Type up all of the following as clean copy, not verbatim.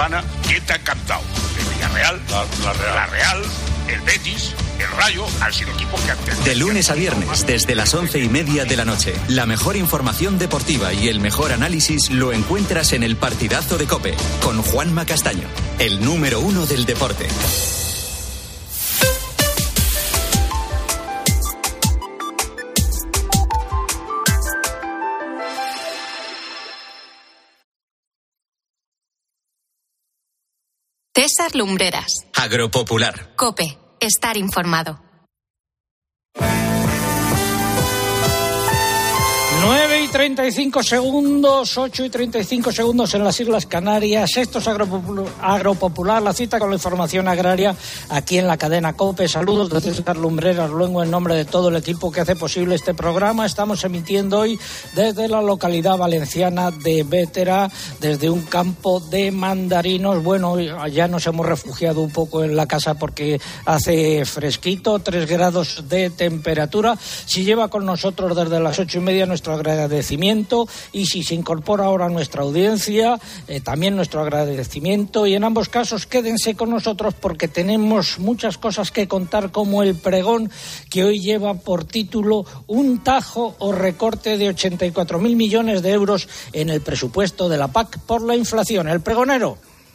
semana, ¿quién te ha encantado? El Villarreal, la Real, el Betis, el Rayo, han sido equipos que han tenido. De lunes a viernes, desde las 11:30 de la noche, la mejor información deportiva y el mejor análisis lo encuentras en el Partidazo de COPE, con Juanma Castaño, el número 1 del deporte. César Lumbreras. Agropopular. COPE. Estar informado. 9:35 segundos, 8:35 segundos en las Islas Canarias. Esto es Agropopular, la cita con la información agraria aquí en la cadena COPE. Saludos desde César Lumbreras, luego en nombre de todo el equipo que hace posible este programa. Estamos emitiendo hoy desde la localidad valenciana de Bétera, desde un campo de mandarinos. Bueno, ya nos hemos refugiado un poco en la casa porque hace fresquito, 3 grados de temperatura. Si lleva con nosotros desde las 8:30 nuestro agradecimiento, y si se incorpora ahora a nuestra audiencia, también nuestro agradecimiento, y en ambos casos quédense con nosotros porque tenemos muchas cosas que contar, como el pregón que hoy lleva por título un tajo o recorte de 84.000 millones de euros en el presupuesto de la PAC por la inflación. El pregonero.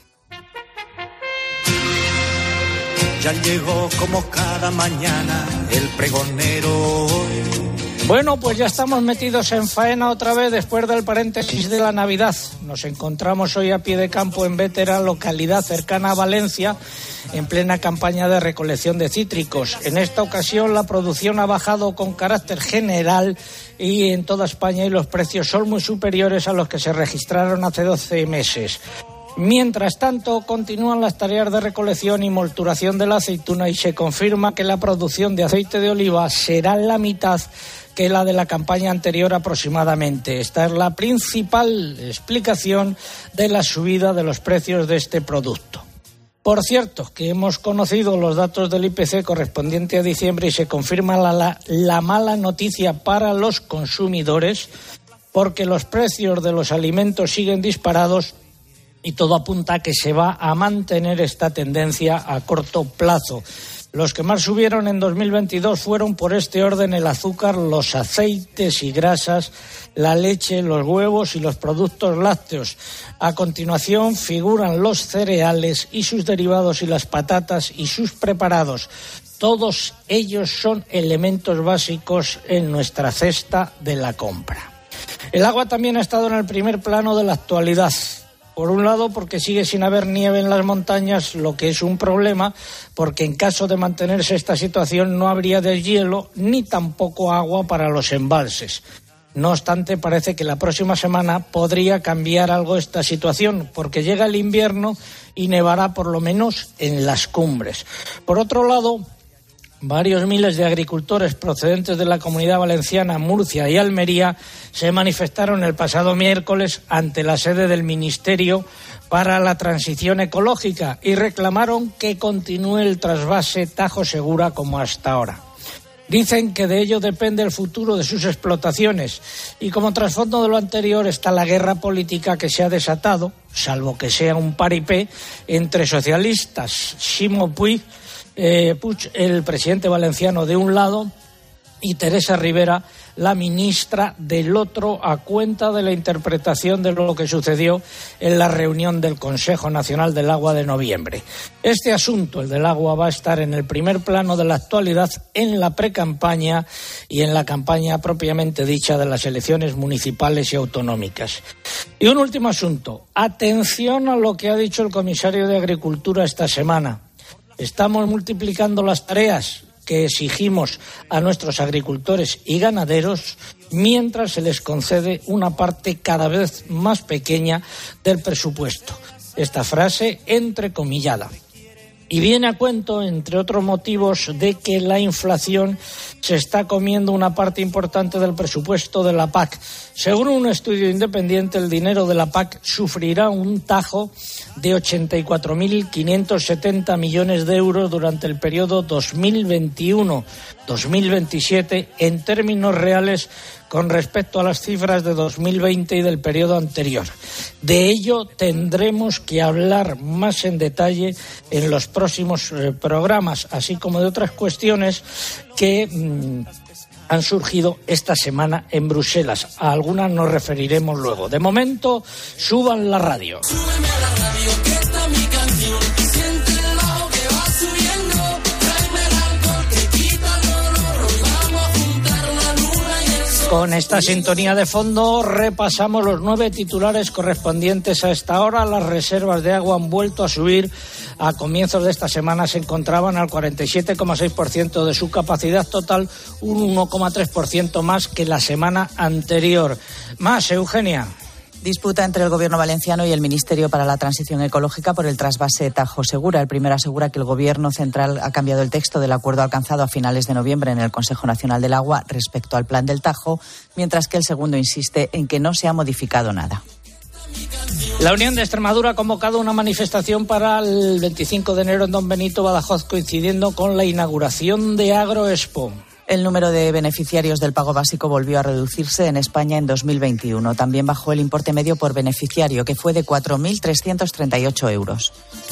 Ya llegó como cada mañana el pregonero hoy. Bueno, pues ya estamos metidos en faena otra vez después del paréntesis de la Navidad. Nos encontramos hoy a pie de campo en Bétera, localidad cercana a Valencia, en plena campaña de recolección de cítricos. En esta ocasión la producción ha bajado con carácter general y en toda España, y los precios son muy superiores a los que se registraron hace 12 meses. Mientras tanto, continúan las tareas de recolección y molturación de la aceituna y se confirma que la producción de aceite de oliva será la mitad que la de la campaña anterior aproximadamente. Esta es la principal explicación de la subida de los precios de este producto. Por cierto, que hemos conocido los datos del IPC correspondiente a diciembre y se confirma la mala noticia para los consumidores, porque los precios de los alimentos siguen disparados y todo apunta a que se va a mantener esta tendencia a corto plazo. Los que más subieron en 2022 fueron, por este orden, el azúcar, los aceites y grasas, la leche, los huevos y los productos lácteos. A continuación figuran los cereales y sus derivados y las patatas y sus preparados. Todos ellos son elementos básicos en nuestra cesta de la compra. El agua también ha estado en el primer plano de la actualidad. Por un lado, porque sigue sin haber nieve en las montañas, lo que es un problema, porque en caso de mantenerse esta situación no habría deshielo ni tampoco agua para los embalses. No obstante, parece que la próxima semana podría cambiar algo esta situación, porque llega el invierno y nevará por lo menos en las cumbres. Por otro lado, varios miles de agricultores procedentes de la Comunidad Valenciana, Murcia y Almería se manifestaron el pasado miércoles ante la sede del Ministerio para la Transición Ecológica y reclamaron que continúe el trasvase Tajo Segura como hasta ahora. Dicen que de ello depende el futuro de sus explotaciones y como trasfondo de lo anterior está la guerra política que se ha desatado, salvo que sea un paripé, entre socialistas, Ximo Puig, el presidente valenciano de un lado, y Teresa Rivera, la ministra del otro, a cuenta de la interpretación de lo que sucedió en la reunión del Consejo Nacional del Agua de noviembre. Este asunto, el del agua, va a estar en el primer plano de la actualidad en la precampaña y en la campaña propiamente dicha de las elecciones municipales y autonómicas. Y un último asunto. Atención a lo que ha dicho el comisario de Agricultura esta semana. Estamos multiplicando las tareas que exigimos a nuestros agricultores y ganaderos mientras se les concede una parte cada vez más pequeña del presupuesto. Esta frase entrecomillada. Y viene a cuento, entre otros motivos, de que la inflación se está comiendo una parte importante del presupuesto de la PAC. Según un estudio independiente, el dinero de la PAC sufrirá un tajo de 84.570 millones de euros durante el periodo 2021-2027 en términos reales con respecto a las cifras de 2020 y del periodo anterior. De ello tendremos que hablar más en detalle en los próximos programas, así como de otras cuestiones que han surgido esta semana en Bruselas. A algunas nos referiremos luego. De momento, suban la radio. Súbeme a la radio, que está mi canción. Siéntelo que va subiendo. Tráeme el alcohol que quita el dolor. Hoy vamos a juntar la luna y el sol. Con esta sintonía de fondo repasamos los 9 titulares correspondientes a esta hora. Las reservas de agua han vuelto a subir. A comienzos de esta semana se encontraban al 47,6% de su capacidad total, un 1,3% más que la semana anterior. Más, Eugenia. Disputa entre el Gobierno valenciano y el Ministerio para la Transición Ecológica por el trasvase Tajo Segura. El primero asegura que el Gobierno central ha cambiado el texto del acuerdo alcanzado a finales de noviembre en el Consejo Nacional del Agua respecto al plan del Tajo, mientras que el segundo insiste en que no se ha modificado nada. La Unión de Extremadura ha convocado una manifestación para el 25 de enero en Don Benito, Badajoz, coincidiendo con la inauguración de Agroexpo. El número de beneficiarios del pago básico volvió a reducirse en España en 2021. También bajó el importe medio por beneficiario, que fue de 4.338 euros.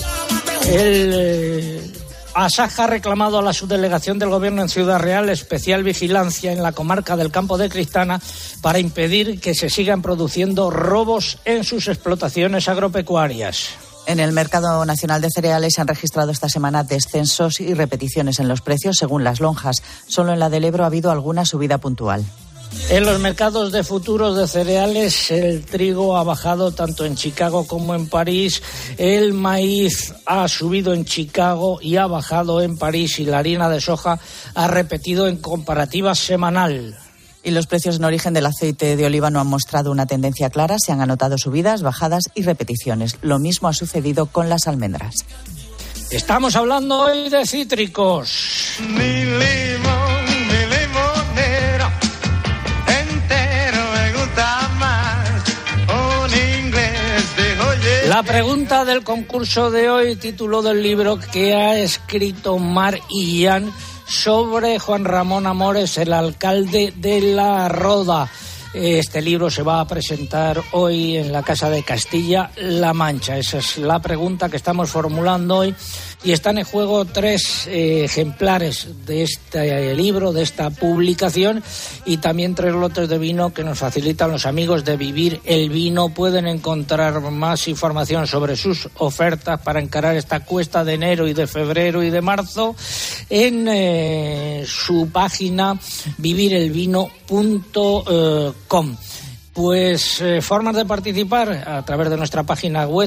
Asaja ha reclamado a la subdelegación del Gobierno en Ciudad Real especial vigilancia en la comarca del Campo de Cristana para impedir que se sigan produciendo robos en sus explotaciones agropecuarias. En el mercado nacional de cereales se han registrado esta semana descensos y repeticiones en los precios según las lonjas. Solo en la del Ebro ha habido alguna subida puntual. En los mercados de futuros de cereales, el trigo ha bajado tanto en Chicago como en París. El maíz ha subido en Chicago y ha bajado en París. Y la harina de soja ha repetido en comparativa semanal. Y los precios en origen del aceite de oliva no han mostrado una tendencia clara. Se han anotado subidas, bajadas y repeticiones. Lo mismo ha sucedido con las almendras. Estamos hablando hoy de cítricos. Mi limón, mi limonera, entero me gusta más. Un inglés dijo oye. La pregunta del concurso de hoy, título del libro que ha escrito Mar Illán sobre Juan Ramón Amores, el alcalde de La Roda. Este libro se va a presentar hoy en la Casa de Castilla-La Mancha. Esa es la pregunta que estamos formulando hoy. Y están en juego 3 ejemplares de este libro, de esta publicación, y también 3 lotes de vino que nos facilitan los amigos de Vivir el Vino. Pueden encontrar más información sobre sus ofertas para encarar esta cuesta de enero y de febrero y de marzo en su página vivirelvino.com. Pues formas de participar a través de nuestra página web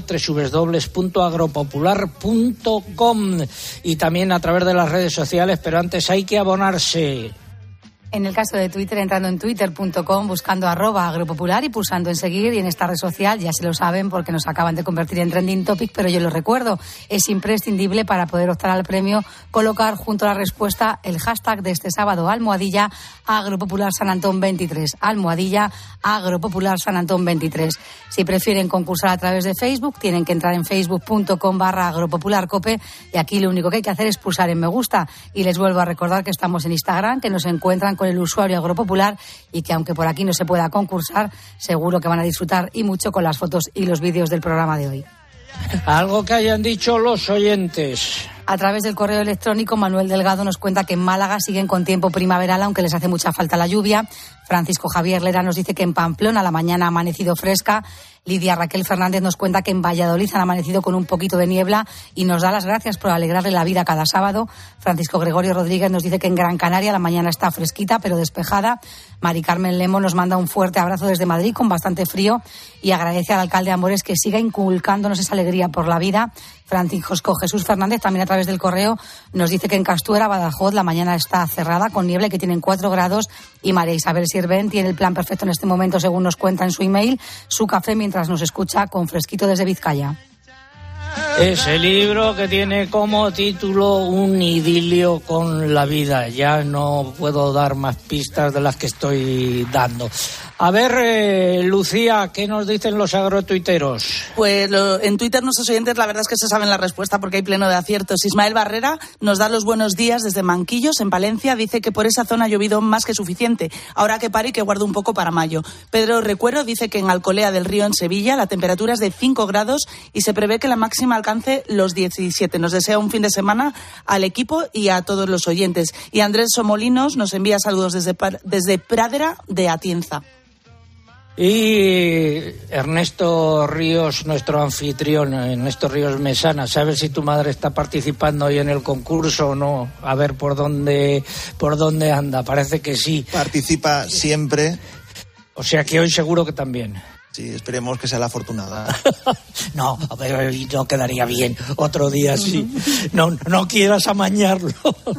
www.agropopular.com y también a través de las redes sociales, pero antes hay que abonarse. En el caso de Twitter, entrando en twitter.com, buscando @agropopular y pulsando en seguir. Y en esta red social, ya se lo saben porque nos acaban de convertir en trending topic, pero yo lo recuerdo, es imprescindible para poder optar al premio colocar junto a la respuesta el hashtag de este sábado, #Agropopular San Antón 23, #Agropopular San Antón 23. Si prefieren concursar a través de Facebook, tienen que entrar en facebook.com/agropopularcope y aquí lo único que hay que hacer es pulsar en me gusta. Y les vuelvo a recordar que estamos en Instagram, que nos encuentran con el usuario Agropopular y que aunque por aquí no se pueda concursar, seguro que van a disfrutar y mucho con las fotos y los vídeos del programa de hoy. Algo que hayan dicho los oyentes. A través del correo electrónico, Manuel Delgado nos cuenta que en Málaga siguen con tiempo primaveral, aunque les hace mucha falta la lluvia. Francisco Javier Lera nos dice que en Pamplona la mañana ha amanecido fresca. Lidia Raquel Fernández nos cuenta que en Valladolid han amanecido con un poquito de niebla y nos da las gracias por alegrarle la vida cada sábado. Francisco Gregorio Rodríguez nos dice que en Gran Canaria la mañana está fresquita pero despejada. Mari Carmen Lemo nos manda un fuerte abrazo desde Madrid con bastante frío y agradece al alcalde Amores que siga inculcándonos esa alegría por la vida. Francisco Jesús Fernández también a través del correo nos dice que en Castuera, Badajoz, la mañana está cerrada con niebla y que tienen 4 grados y María Isabel Sirven tiene el plan perfecto en este momento, según nos cuenta en su email, su café mientras nos escucha con fresquito desde Vizcaya. Ese libro que tiene como título Un idilio con la vida. Ya no puedo dar más pistas de las que estoy dando. A ver, Lucía, ¿qué nos dicen los agrotuiteros? Pues en Twitter nuestros oyentes la verdad es que se saben la respuesta porque hay pleno de aciertos. Ismael Barrera nos da los buenos días desde Manquillos, en Palencia. Dice que por esa zona ha llovido más que suficiente. Ahora que pare y que guarde un poco para mayo. Pedro Recuero dice que en Alcolea del Río, en Sevilla, la temperatura es de 5 grados y se prevé que la máxima alcance los 17. Nos desea un fin de semana al equipo y a todos los oyentes. Y Andrés Somolinos nos envía saludos desde Pradera de Atienza. Y Ernesto Ríos, nuestro anfitrión, Ernesto Ríos Mesana, ¿sabes si tu madre está participando hoy en el concurso o no? A ver por dónde anda, parece que sí. Participa siempre. O sea que hoy seguro que también. Sí, esperemos que sea la afortunada. No, a ver, no quedaría bien. Otro día sí. No quieras amañarlo.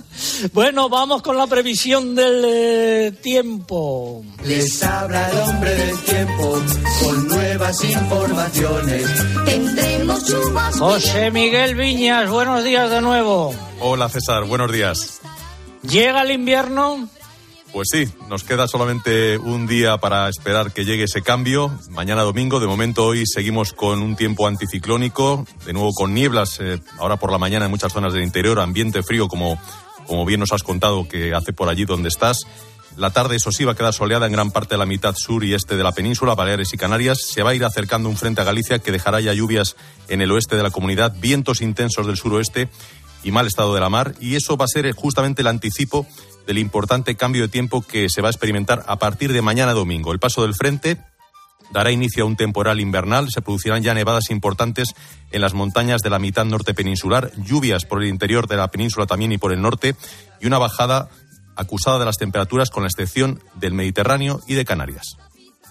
Bueno, vamos con la previsión del tiempo. Les habla el hombre del tiempo con nuevas informaciones. Tendremos chubas. José Miguel Viñas, buenos días de nuevo. Hola César, buenos días. ¿Llega el invierno? Pues sí, nos queda solamente un día para esperar que llegue ese cambio. Mañana domingo, de momento hoy seguimos con un tiempo anticiclónico, de nuevo con nieblas, ahora por la mañana en muchas zonas del interior, ambiente frío como bien nos has contado que hace por allí donde estás. La tarde, eso sí, va a quedar soleada en gran parte de la mitad sur y este de la península, Baleares y Canarias. Se va a ir acercando un frente a Galicia que dejará ya lluvias en el oeste de la comunidad, vientos intensos del suroeste y mal estado de la mar. Y eso va a ser justamente el anticipo del importante cambio de tiempo que se va a experimentar a partir de mañana domingo. El paso del frente dará inicio a un temporal invernal, se producirán ya nevadas importantes en las montañas de la mitad norte peninsular, lluvias por el interior de la península también y por el norte, y una bajada acusada de las temperaturas con la excepción del Mediterráneo y de Canarias.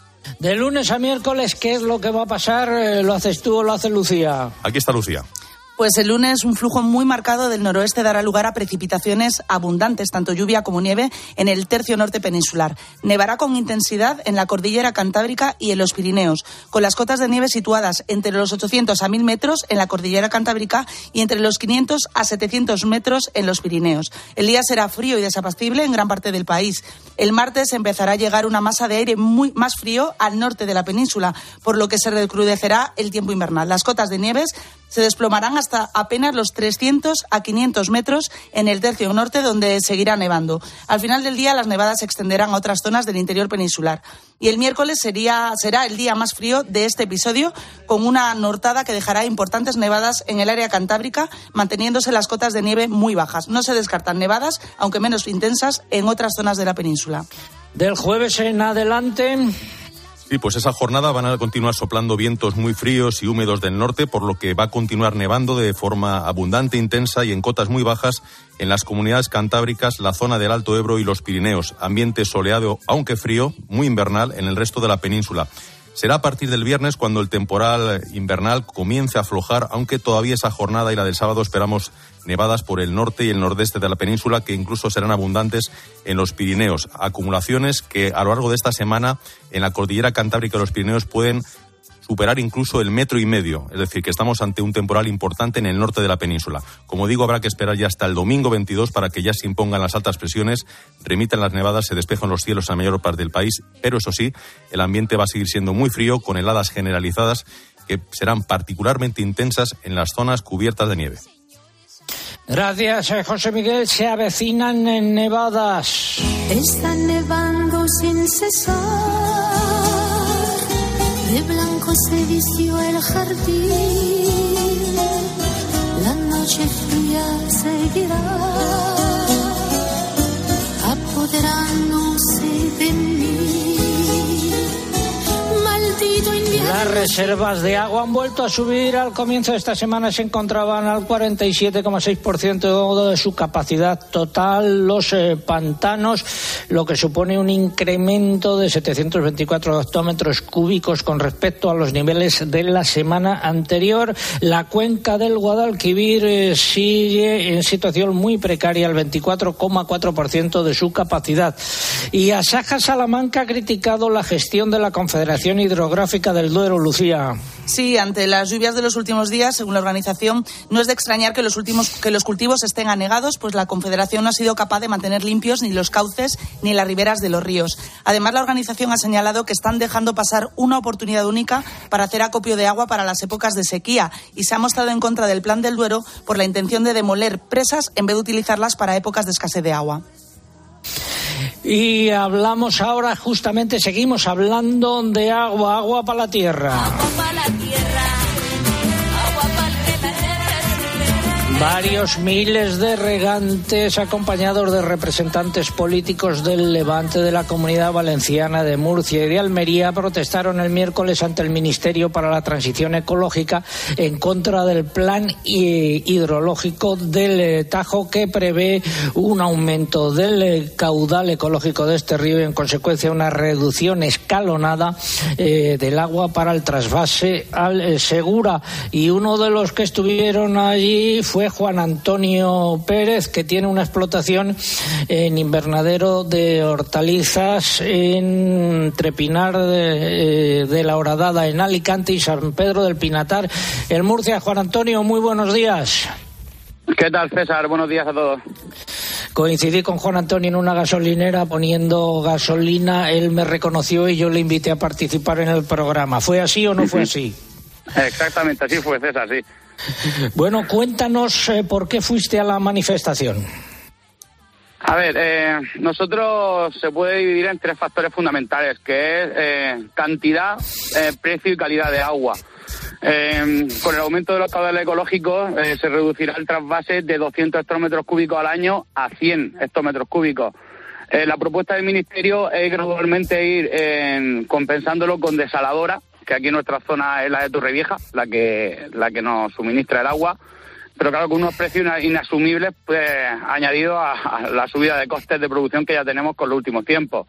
De lunes a miércoles, ¿qué es lo que va a pasar? ¿Lo haces tú o lo hace Lucía? Aquí está Lucía. Pues el lunes un flujo muy marcado del noroeste dará lugar a precipitaciones abundantes, tanto lluvia como nieve, en el tercio norte peninsular. Nevará con intensidad en la cordillera Cantábrica y en los Pirineos, con las cotas de nieve situadas entre los 800 a 1000 metros en la cordillera Cantábrica y entre los 500 a 700 metros en los Pirineos. El día será frío y desapacible en gran parte del país. El martes empezará a llegar una masa de aire muy más frío al norte de la península, por lo que se recrudecerá el tiempo invernal. Las cotas de nieves se desplomarán hasta apenas los 300 a 500 metros en el tercio norte, donde seguirá nevando. Al final del día, las nevadas se extenderán a otras zonas del interior peninsular. Y el miércoles será el día más frío de este episodio, con una nortada que dejará importantes nevadas en el área cantábrica, manteniéndose las cotas de nieve muy bajas. No se descartan nevadas, aunque menos intensas, en otras zonas de la península. Del jueves en adelante... Sí, pues esa jornada van a continuar soplando vientos muy fríos y húmedos del norte, por lo que va a continuar nevando de forma abundante, intensa y en cotas muy bajas en las comunidades cantábricas, la zona del Alto Ebro y los Pirineos. Ambiente soleado, aunque frío, muy invernal en el resto de la península. Será a partir del viernes cuando el temporal invernal comience a aflojar, aunque todavía esa jornada y la del sábado esperamos nevadas por el norte y el nordeste de la península, que incluso serán abundantes en los Pirineos. Acumulaciones que a lo largo de esta semana en la cordillera Cantábrica y los Pirineos pueden superar incluso el 1,5 metros, es decir, que estamos ante un temporal importante en el norte de la península. Como digo, habrá que esperar ya hasta el domingo 22 para que ya se impongan las altas presiones, remitan las nevadas, se despejan los cielos en la mayor parte del país, pero eso sí, el ambiente va a seguir siendo muy frío, con heladas generalizadas que serán particularmente intensas en las zonas cubiertas de nieve. Gracias, José Miguel. Se avecinan nevadas. Está nevando sin cesar. De blanco se vistió el jardín, la noche fría seguirá, apoderándose de mí. Maldito invierno. Las reservas de agua han vuelto a subir. Al comienzo de esta semana se encontraban al 47,6% de su capacidad total los pantanos, lo que supone un incremento de 724 hectómetros cúbicos con respecto a los niveles de la semana anterior. La cuenca del Guadalquivir sigue en situación muy precaria, al 24,4% de su capacidad. Y Asaja Salamanca ha criticado la gestión de la Confederación Hidrográfica del Duero, Lucía. Sí, ante las lluvias de los últimos días, según la organización, no es de extrañar que los cultivos estén anegados, pues la Confederación no ha sido capaz de mantener limpios ni los cauces ni las riberas de los ríos. Además, la organización ha señalado que están dejando pasar una oportunidad única para hacer acopio de agua para las épocas de sequía y se ha mostrado en contra del Plan del Duero por la intención de demoler presas en vez de utilizarlas para épocas de escasez de agua. Y hablamos ahora, justamente seguimos hablando de agua, agua para la tierra. Agua para la tierra, agua para Varios miles de regantes acompañados de representantes políticos del Levante, de la Comunidad Valenciana, de Murcia y de Almería protestaron el miércoles ante el Ministerio para la Transición Ecológica en contra del plan hidrológico del Tajo, que prevé un aumento del caudal ecológico de este río y en consecuencia una reducción escalonada del agua para el trasvase al Segura. Y uno de los que estuvieron allí fue Juan Antonio Pérez, que tiene una explotación en invernadero de hortalizas entre Pinar de la Horadada en Alicante y San Pedro del Pinatar en Murcia. Juan Antonio, muy buenos días. ¿Qué tal, César? Buenos días a todos. Coincidí con Juan Antonio en una gasolinera poniendo gasolina, él me reconoció y yo le invité a participar en el programa. ¿Fue así o no fue así? Exactamente, así fue, César, sí. Bueno, cuéntanos por qué fuiste a la manifestación. A ver, nosotros se puede dividir en tres factores fundamentales, que es cantidad, precio y calidad de agua. Con el aumento de los caudales ecológicos se reducirá el trasvase de 200 hectómetros cúbicos al año a 100 hectómetros cúbicos. La propuesta del Ministerio es gradualmente ir compensándolo con desaladora, que aquí en nuestra zona es la de Torrevieja, la que nos suministra el agua, pero claro, con unos precios inasumibles, pues añadido a la subida de costes de producción que ya tenemos con los últimos tiempos.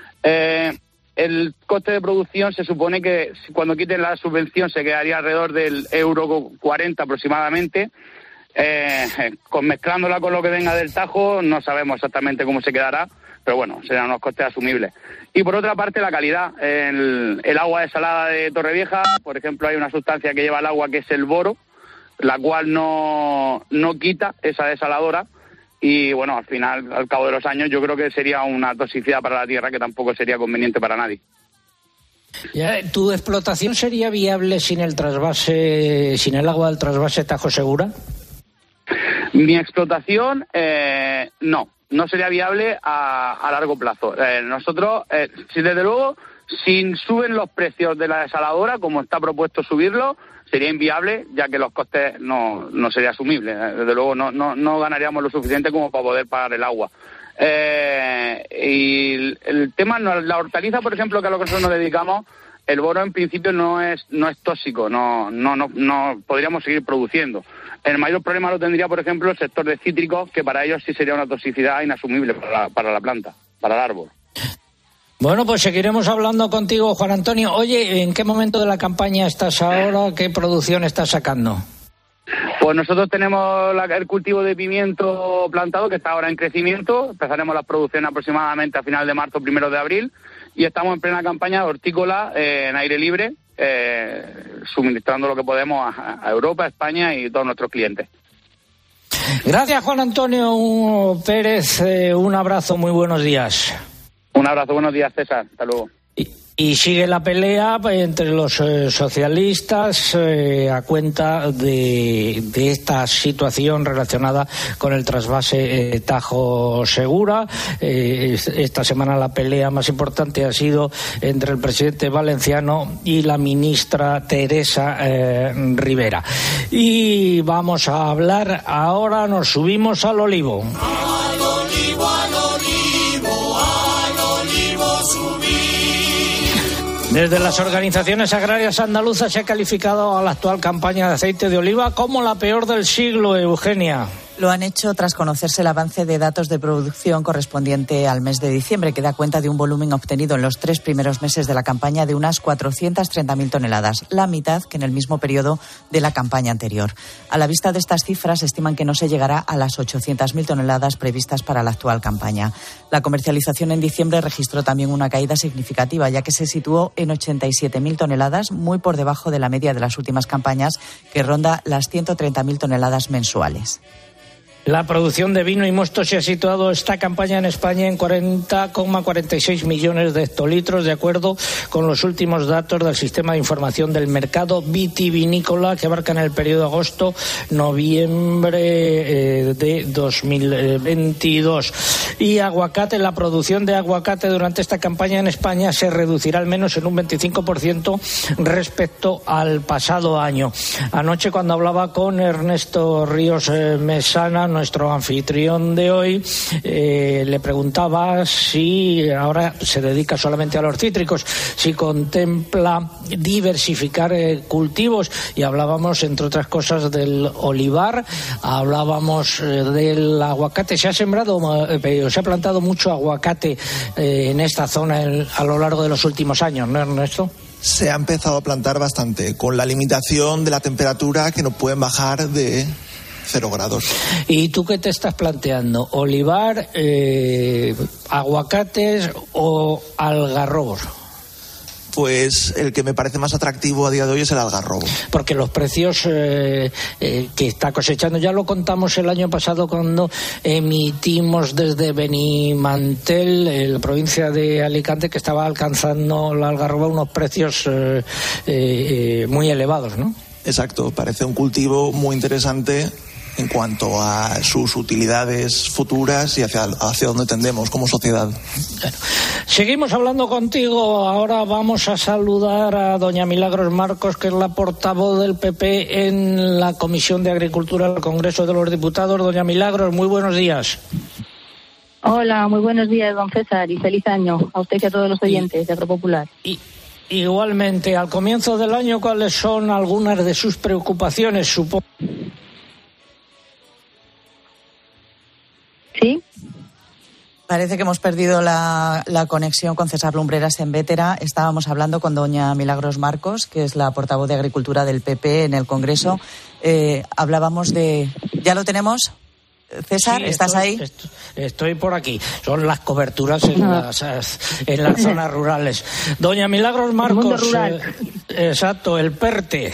El coste de producción se supone que cuando quiten la subvención se quedaría alrededor del €40 aproximadamente. Mezclándola con lo que venga del Tajo, no sabemos exactamente cómo se quedará, pero bueno, serán unos costes asumibles. Y por otra parte, la calidad. El agua desalada de Torrevieja, por ejemplo, hay una sustancia que lleva el agua que es el boro, la cual no quita esa desaladora. Y bueno, al final, al cabo de los años, yo creo que sería una toxicidad para la tierra que tampoco sería conveniente para nadie. ¿Tu explotación sería viable sin el trasvase, sin el agua del trasvase Tajo Segura? Mi explotación, no sería viable a largo plazo. Nosotros, si desde luego, si suben los precios de la desaladora, como está propuesto subirlo, sería inviable, ya que los costes no sería asumible. Desde luego no ganaríamos lo suficiente como para poder pagar el agua. Y el tema, la hortaliza, por ejemplo, que a lo que nosotros nos dedicamos, el boro en principio no es tóxico, no podríamos seguir produciendo. El mayor problema lo tendría, por ejemplo, el sector de cítricos, que para ellos sí sería una toxicidad inasumible para la planta, para el árbol. Bueno, pues seguiremos hablando contigo, Juan Antonio. Oye, ¿en qué momento de la campaña estás ahora? ¿Qué producción estás sacando? Pues nosotros tenemos el cultivo de pimiento plantado, que está ahora en crecimiento. Empezaremos la producción aproximadamente a final de marzo, 1 de abril. Y estamos en plena campaña hortícola en aire libre, suministrando lo que podemos a Europa, a España y todos nuestros clientes. Gracias, Juan Antonio Pérez. Un abrazo, muy buenos días. Un abrazo, buenos días, César. Hasta luego. Y sigue la pelea entre los socialistas a cuenta de esta situación relacionada con el trasvase Tajo Segura. Esta semana la pelea más importante ha sido entre el presidente valenciano y la ministra Teresa Rivera. Y vamos a hablar ahora, nos subimos al olivo. Al olivo, al olivo, al olivo subí. Desde las organizaciones agrarias andaluzas se ha calificado a la actual campaña de aceite de oliva como la peor del siglo, Eugenia. Lo han hecho tras conocerse el avance de datos de producción correspondiente al mes de diciembre, que da cuenta de un volumen obtenido en los 3 primeros meses de la campaña de unas 430.000 toneladas, la mitad que en el mismo periodo de la campaña anterior. A la vista de estas cifras, estiman que no se llegará a las 800.000 toneladas previstas para la actual campaña. La comercialización en diciembre registró también una caída significativa, ya que se situó en 87.000 toneladas, muy por debajo de la media de las últimas campañas, que ronda las 130.000 toneladas mensuales. La producción de vino y mosto se ha situado esta campaña en España en 40,46 millones de hectolitros, de acuerdo con los últimos datos del Sistema de Información del Mercado Vitivinícola, que abarcan el periodo agosto-noviembre de 2022. Y aguacate, la producción de aguacate durante esta campaña en España se reducirá al menos en un 25% respecto al pasado año. Anoche, cuando hablaba con Ernesto Ríos Mesana, nuestro anfitrión de hoy, le preguntaba si ahora se dedica solamente a los cítricos, si contempla diversificar cultivos, y hablábamos, entre otras cosas, del olivar, hablábamos del aguacate. Se ha plantado mucho aguacate en esta zona a lo largo de los últimos años, ¿no, Ernesto? Se ha empezado a plantar bastante, con la limitación de la temperatura, que no pueden bajar de 0 grados. ¿Y tú qué te estás planteando? ¿Olivar, aguacates o algarrobos? Pues el que me parece más atractivo a día de hoy es el algarrobo. Porque los precios que está cosechando, ya lo contamos el año pasado cuando emitimos desde Benimantel, en la provincia de Alicante, que estaba alcanzando la algarroba unos precios muy elevados, ¿no? Exacto, parece un cultivo muy interesante en cuanto a sus utilidades futuras y hacia dónde tendemos como sociedad. Bueno, seguimos hablando contigo. Ahora vamos a saludar a doña Milagros Marcos, que es la portavoz del PP en la Comisión de Agricultura del Congreso de los Diputados. Doña Milagros, muy buenos días. Hola, muy buenos días, don César, y feliz año a usted y a todos los oyentes de Agropopular. Igualmente, al comienzo del año, ¿cuáles son algunas de sus preocupaciones? Supongo. ¿Sí? Parece que hemos perdido la conexión con César Lumbreras en Vétera. Estábamos hablando con doña Milagros Marcos, que es la portavoz de Agricultura del PP en el Congreso. Hablábamos de... ¿Ya lo tenemos? César, Sí, ¿estás ahí? Estoy por aquí. Son las coberturas en las zonas rurales. Doña Milagros Marcos. El mundo rural. Exacto, el PERTE.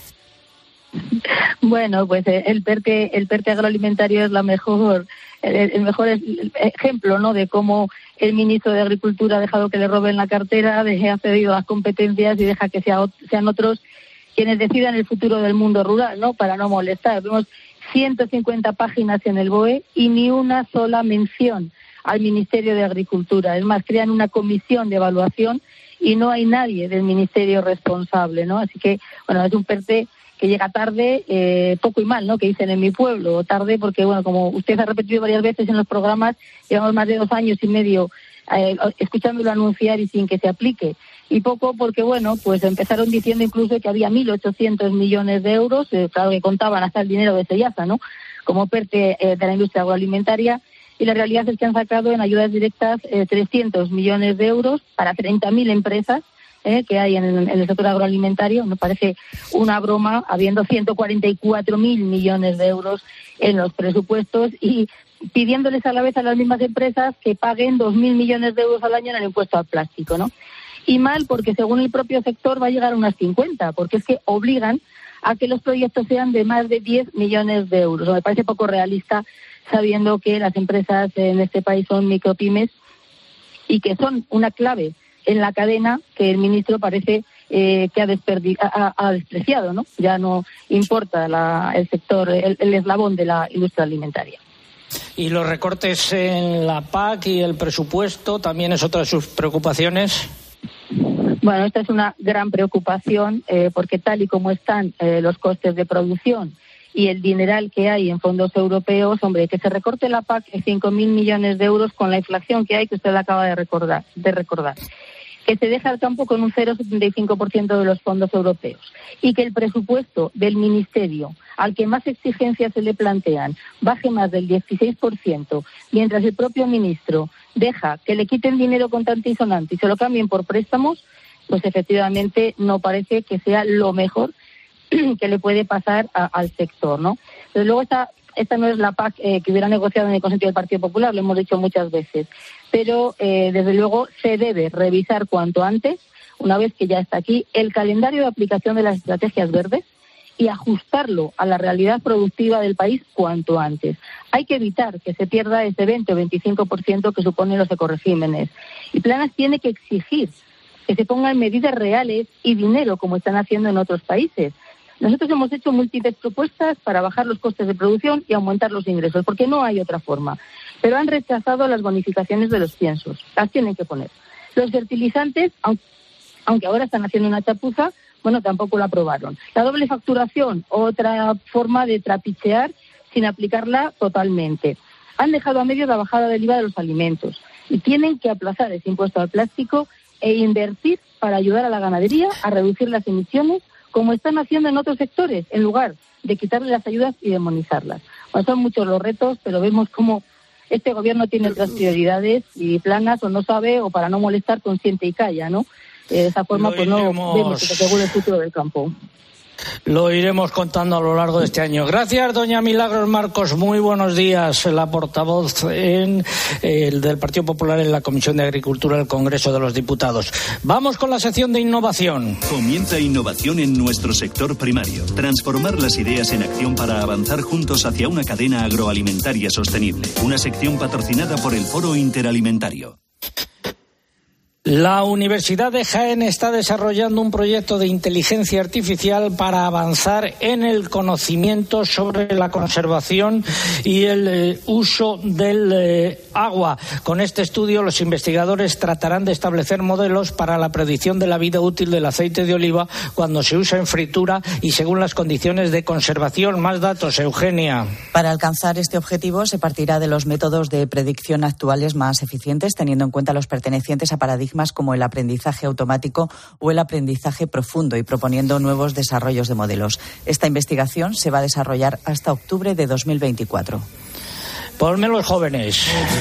Bueno, pues el PERTE agroalimentario es el mejor ejemplo, ¿no?, de cómo el ministro de Agricultura ha dejado que le roben la cartera, ha cedido las competencias y deja que sean otros quienes decidan el futuro del mundo rural, ¿no?, para no molestar. Vemos 150 páginas en el BOE y ni una sola mención al Ministerio de Agricultura. Es más, crean una comisión de evaluación y no hay nadie del Ministerio responsable, ¿no? Así que, bueno, es un PERTE que llega tarde, poco y mal, ¿no?, que dicen en mi pueblo, tarde porque, bueno, como usted ha repetido varias veces en los programas, llevamos más de 2 años y medio escuchándolo anunciar y sin que se aplique. Y poco porque, bueno, pues empezaron diciendo incluso que había 1.800 millones de euros, claro que contaban hasta el dinero de Sellasa, ¿no?, como PERTE de la industria agroalimentaria, y la realidad es que han sacado en ayudas directas 300 millones de euros para 30.000 empresas que hay en el sector agroalimentario. Me parece una broma, habiendo 144.000 millones de euros en los presupuestos y pidiéndoles a la vez a las mismas empresas que paguen 2.000 millones de euros al año en el impuesto al plástico, ¿no? Y mal porque según el propio sector va a llegar a unas 50, porque es que obligan a que los proyectos sean de más de 10 millones de euros. Me parece poco realista, sabiendo que las empresas en este país son micropymes y que son una clave en la cadena que el ministro parece que ha despreciado, ¿no? Ya no importa el sector, el eslabón de la industria alimentaria. ¿Y los recortes en la PAC y el presupuesto también es otra de sus preocupaciones? Bueno, esta es una gran preocupación porque tal y como están los costes de producción y el dineral que hay en fondos europeos, hombre, que se recorte la PAC en 5.000 millones de euros con la inflación que hay, que usted la acaba de recordar. que se deja el campo con un 0,75% de los fondos europeos y que el presupuesto del Ministerio, al que más exigencias se le plantean, baje más del 16%, mientras el propio ministro deja que le quiten dinero contante y sonante y se lo cambien por préstamos, pues efectivamente no parece que sea lo mejor que le puede pasar al sector, ¿no? Desde luego esta no es la PAC que hubiera negociado en el Consejo del Partido Popular, lo hemos dicho muchas veces, pero desde luego se debe revisar cuanto antes, una vez que ya está aquí, el calendario de aplicación de las estrategias verdes y ajustarlo a la realidad productiva del país cuanto antes. Hay que evitar que se pierda ese 20 o 25% que suponen los ecoregímenes. Y Planas tiene que exigir que se pongan medidas reales y dinero, como están haciendo en otros países. Nosotros hemos hecho múltiples propuestas para bajar los costes de producción y aumentar los ingresos, porque no hay otra forma. Pero han rechazado las bonificaciones de los piensos. Las tienen que poner. Los fertilizantes, aunque ahora están haciendo una chapuza, bueno, tampoco la aprobaron. La doble facturación, otra forma de trapichear sin aplicarla totalmente. Han dejado a medio la bajada del IVA de los alimentos y tienen que aplazar ese impuesto al plástico e invertir para ayudar a la ganadería a reducir las emisiones, como están haciendo en otros sectores, en lugar de quitarle las ayudas y demonizarlas. Bueno, son muchos los retos, pero vemos cómo este gobierno tiene otras prioridades y Planas o no sabe o para no molestar consiente y calla, ¿no? De esa forma pues no vemos que se asegure el futuro del campo. Lo iremos contando a lo largo de este año. Gracias, doña Milagros Marcos. Muy buenos días. La portavoz del Partido Popular en la Comisión de Agricultura del Congreso de los Diputados. Vamos con la sección de innovación. Comienza innovación en nuestro sector primario. Transformar las ideas en acción para avanzar juntos hacia una cadena agroalimentaria sostenible. Una sección patrocinada por el Foro Interalimentario. La Universidad de Jaén está desarrollando un proyecto de inteligencia artificial para avanzar en el conocimiento sobre la conservación y el uso del agua. Con este estudio, los investigadores tratarán de establecer modelos para la predicción de la vida útil del aceite de oliva cuando se usa en fritura y según las condiciones de conservación. Más datos, Eugenia. Para alcanzar este objetivo se partirá de los métodos de predicción actuales más eficientes, teniendo en cuenta los pertenecientes a paradigmas como el aprendizaje automático o el aprendizaje profundo y proponiendo nuevos desarrollos de modelos. Esta investigación se va a desarrollar hasta octubre de 2024. Ponme los jóvenes.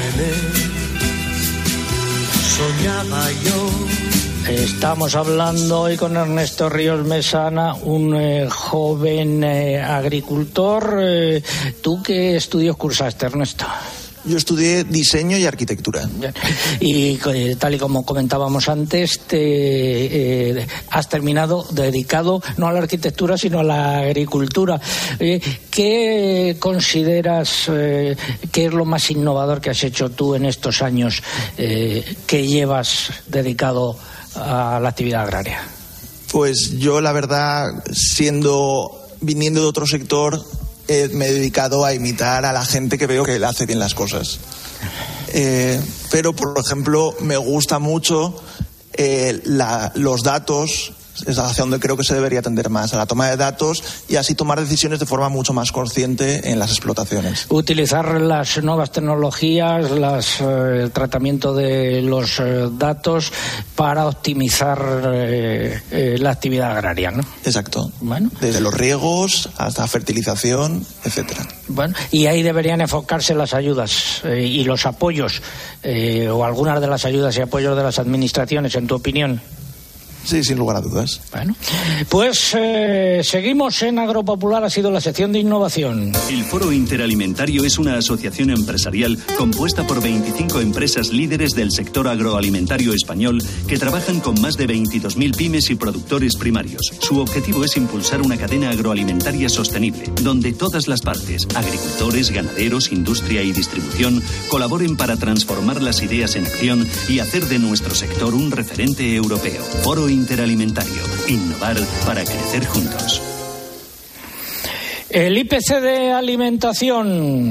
Soñaba yo. Estamos hablando hoy con Ernesto Ríos Mesana, un joven agricultor. ¿Tú qué estudios cursaste, Ernesto? Yo estudié diseño y arquitectura. Y tal y como comentábamos antes, has terminado dedicado no a la arquitectura, sino a la agricultura. ¿Qué consideras que es lo más innovador que has hecho tú en estos años que llevas dedicado a la actividad agraria? Pues yo, la verdad, viniendo de otro sector, me he dedicado a imitar a la gente que veo que hace bien las cosas. Pero, por ejemplo, me gusta mucho los datos, es hacia donde creo que se debería tender más, a la toma de datos y así tomar decisiones de forma mucho más consciente en las explotaciones. Utilizar las nuevas tecnologías, el tratamiento de los datos para optimizar la actividad agraria, ¿no? Exacto. Bueno. Desde los riegos hasta fertilización, etcétera. Bueno, y ahí deberían enfocarse las ayudas y los apoyos, o algunas de las ayudas y apoyos de las administraciones, en tu opinión. Sí, sin lugar a dudas. Bueno, pues seguimos en Agropopular, ha sido la sección de innovación. El Foro Interalimentario es una asociación empresarial compuesta por 25 empresas líderes del sector agroalimentario español que trabajan con más de 22.000 pymes y productores primarios. Su objetivo es impulsar una cadena agroalimentaria sostenible, donde todas las partes, agricultores, ganaderos, industria y distribución, colaboren para transformar las ideas en acción y hacer de nuestro sector un referente europeo. Foro Interalimentario. Innovar para crecer juntos. El IPC de alimentación.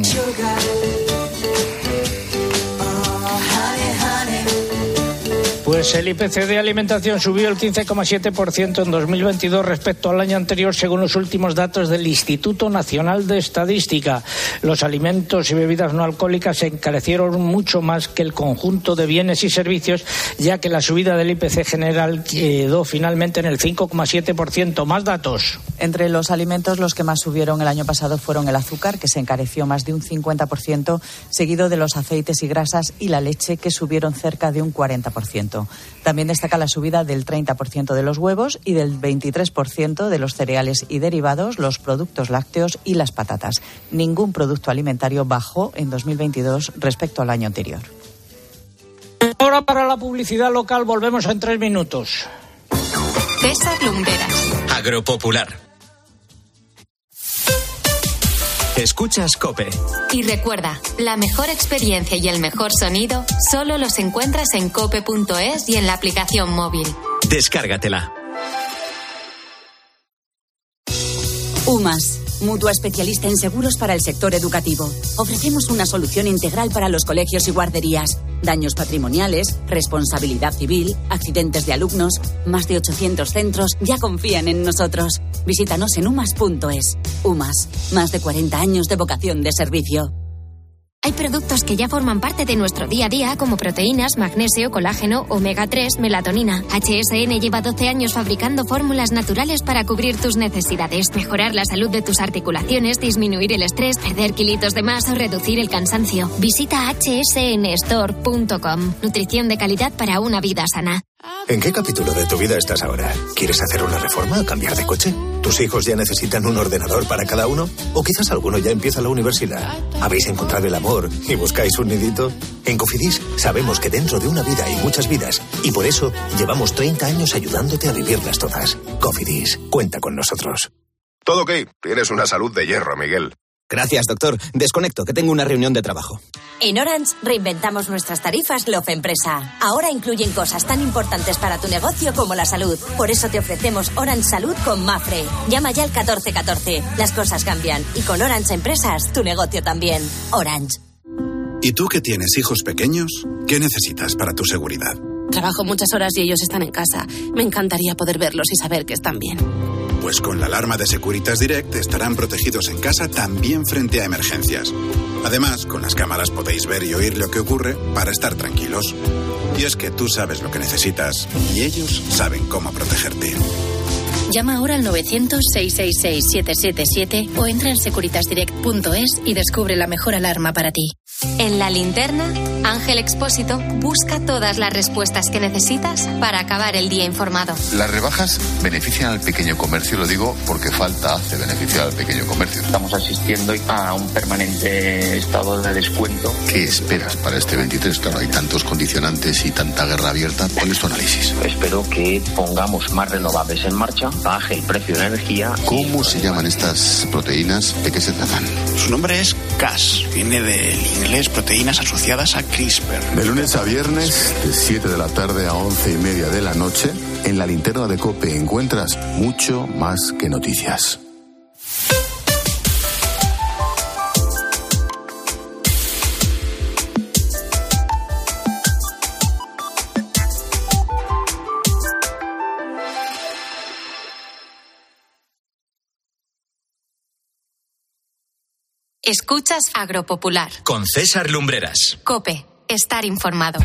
Pues el IPC de alimentación subió el 15,7% en 2022 respecto al año anterior, según los últimos datos del Instituto Nacional de Estadística. Los alimentos y bebidas no alcohólicas se encarecieron mucho más que el conjunto de bienes y servicios, ya que la subida del IPC general quedó finalmente en el 5,7%. Más datos. Entre los alimentos, los que más subieron el año pasado fueron el azúcar, que se encareció más de un 50%, seguido de los aceites y grasas, y la leche, que subieron cerca de un 40%. También destaca la subida del 30% de los huevos y del 23% de los cereales y derivados, los productos lácteos y las patatas. Ningún producto alimentario bajó en 2022 respecto al año anterior. Ahora para la publicidad local volvemos en 3 minutos. César Lumbreras. Agropopular. Escuchas COPE. Y recuerda, la mejor experiencia y el mejor sonido solo los encuentras en cope.es y en la aplicación móvil. Descárgatela. UMAS, mutua especialista en seguros para el sector educativo. Ofrecemos una solución integral para los colegios y guarderías. Daños patrimoniales, responsabilidad civil, accidentes de alumnos. Más de 800 centros ya confían en nosotros. Visítanos en umas.es. UMAS, más de 40 años de vocación de servicio. Hay productos que ya forman parte de nuestro día a día, como proteínas, magnesio, colágeno, omega 3, melatonina. HSN lleva 12 años fabricando fórmulas naturales para cubrir tus necesidades, mejorar la salud de tus articulaciones, disminuir el estrés, perder kilitos de más o reducir el cansancio. Visita hsnstore.com. Nutrición de calidad para una vida sana. ¿En qué capítulo de tu vida estás ahora? ¿Quieres hacer una reforma o cambiar de coche? ¿Tus hijos ya necesitan un ordenador para cada uno? ¿O quizás alguno ya empieza la universidad? ¿Habéis encontrado el amor y buscáis un nidito? En Cofidis sabemos que dentro de una vida hay muchas vidas y por eso llevamos 30 años ayudándote a vivirlas todas. Cofidis, cuenta con nosotros. Todo ok. Tienes una salud de hierro, Miguel. Gracias, doctor. Desconecto, que tengo una reunión de trabajo. En Orange reinventamos nuestras tarifas Love Empresa. Ahora incluyen cosas tan importantes para tu negocio como la salud. Por eso te ofrecemos Orange Salud con Mafre. Llama ya al 1414. Las cosas cambian y con Orange Empresas tu negocio también. Orange. ¿Y tú que tienes hijos pequeños? ¿Qué necesitas para tu seguridad? Trabajo muchas horas y ellos están en casa. Me encantaría poder verlos y saber que están bien. Pues con la alarma de Securitas Direct estarán protegidos en casa también frente a emergencias. Además, con las cámaras podéis ver y oír lo que ocurre para estar tranquilos. Y es que tú sabes lo que necesitas y ellos saben cómo protegerte. Llama ahora al 900-666-777 o entra en securitasdirect.es y descubre la mejor alarma para ti. En La Linterna, Ángel Expósito busca todas las respuestas que necesitas para acabar el día informado. Las rebajas benefician al pequeño comercio, lo digo porque falta hace beneficiar al pequeño comercio. Estamos asistiendo a un permanente estado de descuento. ¿Qué esperas para este 23? Claro, hay tantos condicionantes y tanta guerra abierta. ¿Cuál es tu análisis? Espero que pongamos más renovables en marcha, baje el precio de la energía. ¿Cómo se llaman estas proteínas? ¿De qué se tratan? Su nombre es Cas, viene del inglés proteínas asociadas a CRISPR. De lunes a viernes, de 7 de la tarde a 11:30 de la noche, en La Linterna de COPE encuentras mucho más que noticias. Escuchas Agropopular. Con César Lumbreras. COPE. Estar informado.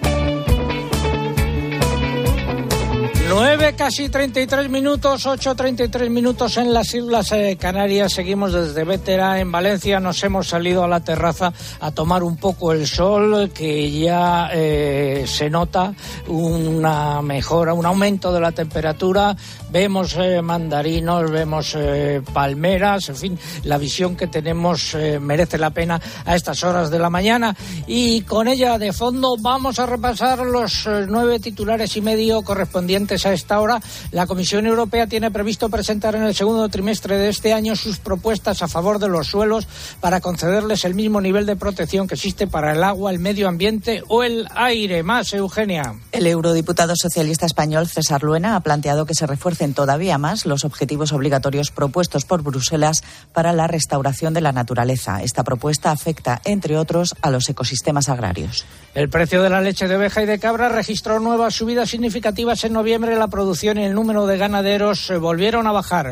9, casi 33 minutos, 8:33 minutos en las Islas Canarias. Seguimos desde Vétera, en Valencia. Nos hemos salido a la terraza a tomar un poco el sol, que ya se nota una mejora, un aumento de la temperatura. Vemos mandarinos, vemos palmeras, en fin, la visión que tenemos merece la pena a estas horas de la mañana. Y con ella de fondo vamos a repasar los 9 titulares y medio correspondientes a esta hora. La Comisión Europea tiene previsto presentar en el segundo trimestre de este año sus propuestas a favor de los suelos para concederles el mismo nivel de protección que existe para el agua, el medio ambiente o el aire. Más, Eugenia. El eurodiputado socialista español César Luena ha planteado que se refuercen todavía más los objetivos obligatorios propuestos por Bruselas para la restauración de la naturaleza. Esta propuesta afecta, entre otros, a los ecosistemas agrarios. El precio de la leche de oveja y de cabra registró nuevas subidas significativas en noviembre. La producción y el número de ganaderos volvieron a bajar.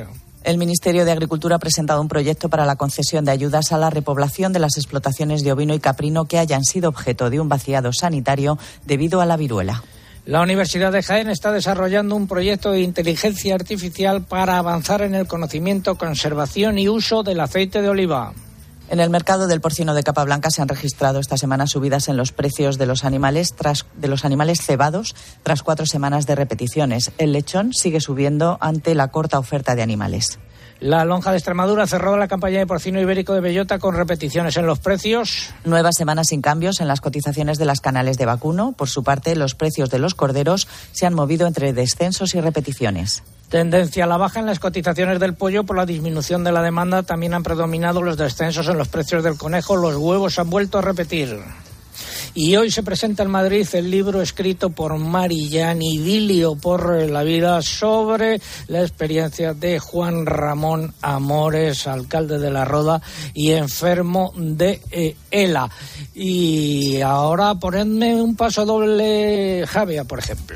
El Ministerio de Agricultura ha presentado un proyecto para la concesión de ayudas a la repoblación de las explotaciones de ovino y caprino que hayan sido objeto de un vaciado sanitario debido a la viruela. La Universidad de Jaén está desarrollando un proyecto de inteligencia artificial para avanzar en el conocimiento, conservación y uso del aceite de oliva. En el mercado del porcino de capa blanca se han registrado esta semana subidas en los precios de los animales cebados tras 4 semanas de repeticiones. El lechón sigue subiendo ante la corta oferta de animales. La lonja de Extremadura cerró la campaña de porcino ibérico de bellota con repeticiones en los precios. Nueva semana sin cambios en las cotizaciones de las canales de vacuno. Por su parte, los precios de los corderos se han movido entre descensos y repeticiones. Tendencia a la baja en las cotizaciones del pollo por la disminución de la demanda. También han predominado los descensos en los precios del conejo. Los huevos han vuelto a repetir. Y hoy se presenta en Madrid el libro escrito por Marillán, Idilio por la vida, sobre la experiencia de Juan Ramón Amores, alcalde de La Roda y enfermo de ELA. Y ahora ponedme un paso doble Javia, por ejemplo.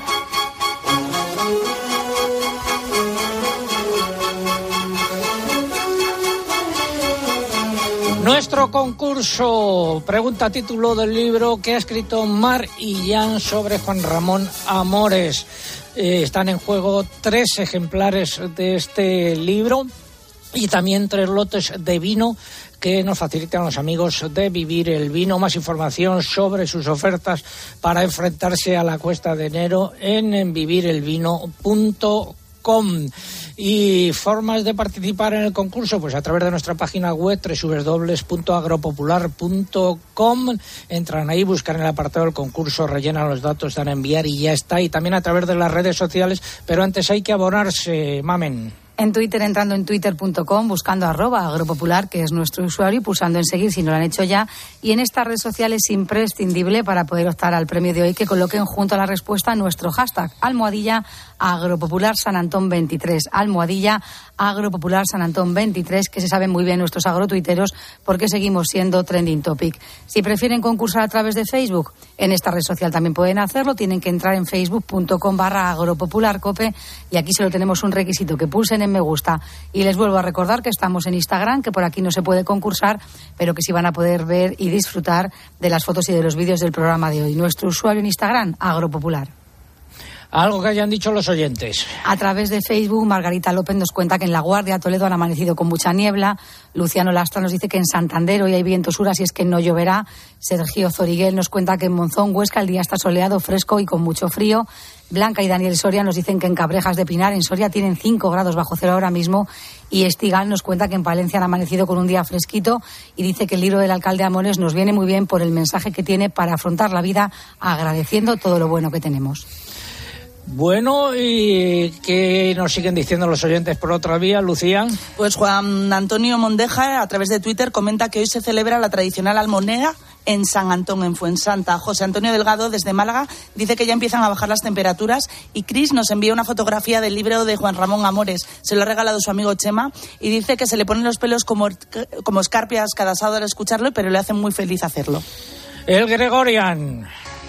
Nuestro concurso, pregunta título del libro que ha escrito Marillán sobre Juan Ramón Amores. Están en juego 3 ejemplares de este libro y también 3 lotes de vino que nos facilitan los amigos de Vivir el Vino. Más información sobre sus ofertas para enfrentarse a la cuesta de enero en vivirelvino.com. Y formas de participar en el concurso, pues a través de nuestra página web www.agropopular.com. Entran ahí, buscan el apartado del concurso, rellenan los datos, dan a enviar y ya está. Y también a través de las redes sociales, pero antes hay que abonarse, Mamen. En Twitter, entrando en twitter.com, buscando @agropopular, que es nuestro usuario, y pulsando en seguir si no lo han hecho ya. Y en esta red social es imprescindible para poder optar al premio de hoy que coloquen junto a la respuesta nuestro hashtag #Agropopular San Antón 23, #Agropopular San Antón 23, que se saben muy bien nuestros agrotuiteros porque seguimos siendo trending topic. Si prefieren concursar a través de Facebook, en esta red social también pueden hacerlo. Tienen que entrar en facebook.com/agropopularcope y aquí solo tenemos un requisito, que pulsen en me gusta. Y les vuelvo a recordar que estamos en Instagram, que por aquí no se puede concursar, pero que sí van a poder ver y disfrutar de las fotos y de los vídeos del programa de hoy. Nuestro usuario en Instagram, Agropopular. Algo que hayan dicho los oyentes. A través de Facebook, Margarita López nos cuenta que en La Guardia, Toledo, han amanecido con mucha niebla. Luciano Lastra nos dice que en Santander hoy hay viento sur, así es que no lloverá. Sergio Zoriguel nos cuenta que en Monzón, Huesca, el día está soleado, fresco y con mucho frío. Blanca y Daniel Soria nos dicen que en Cabrejas de Pinar, en Soria, tienen 5 grados bajo cero ahora mismo. Y Estigal nos cuenta que en Palencia han amanecido con un día fresquito y dice que el libro del alcalde Amores nos viene muy bien por el mensaje que tiene para afrontar la vida agradeciendo todo lo bueno que tenemos. Bueno, ¿y qué nos siguen diciendo los oyentes por otra vía, Lucía? Pues Juan Antonio Mondeja, a través de Twitter, comenta que hoy se celebra la tradicional almonera en San Antón, en Fuensanta. José Antonio Delgado, desde Málaga, dice que ya empiezan a bajar las temperaturas. Y Cris nos envía una fotografía del libro de Juan Ramón Amores. Se lo ha regalado su amigo Chema y dice que se le ponen los pelos como escarpias cada sábado al escucharlo, pero le hace muy feliz hacerlo. El Gregorian.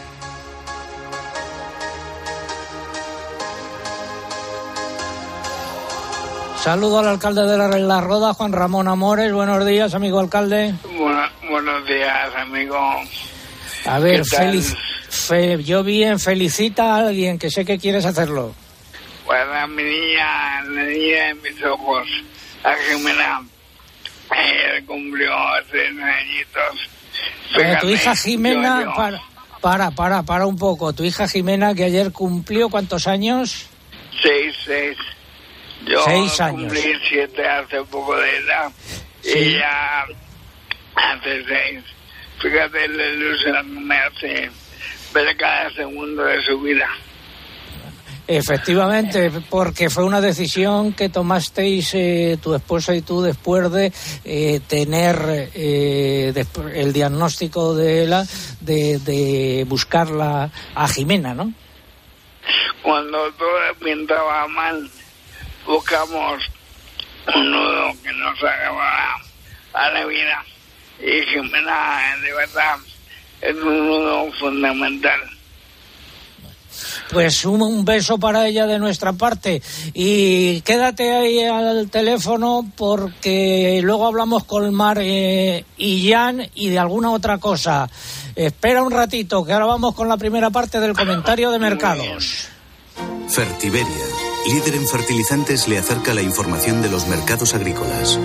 Saludo al alcalde de La Roda, Juan Ramón Amores. Buenos días, amigo alcalde. Buenos días, amigo. A ver, yo bien, felicita a alguien que sé que quieres hacerlo. Pues la niña de mis ojos, la Jimena, cumplió 6 añitos. Fíjate, tu hija Jimena, para un poco. Tu hija Jimena, que ayer cumplió, ¿cuántos años? 6. Yo 6 años. Cumplí 7 hace poco de edad. Sí. Y ya hace 6. Fíjate la ilusión que me hace ver cada segundo de su vida. Efectivamente, porque fue una decisión que tomasteis tu esposa y tú después de tener el diagnóstico de ELA, de buscarla a Jimena, ¿no? Cuando todo pintaba mal, buscamos un nudo que nos haga a la vida. Y Jimena, de verdad, es un nudo fundamental. Pues un beso para ella de nuestra parte. Y quédate ahí al teléfono porque luego hablamos con Mar y Jan y de alguna otra cosa. Espera un ratito, que ahora vamos con la primera parte del comentario de mercados. Fertiberia, líder en fertilizantes, le acerca la información de los mercados agrícolas.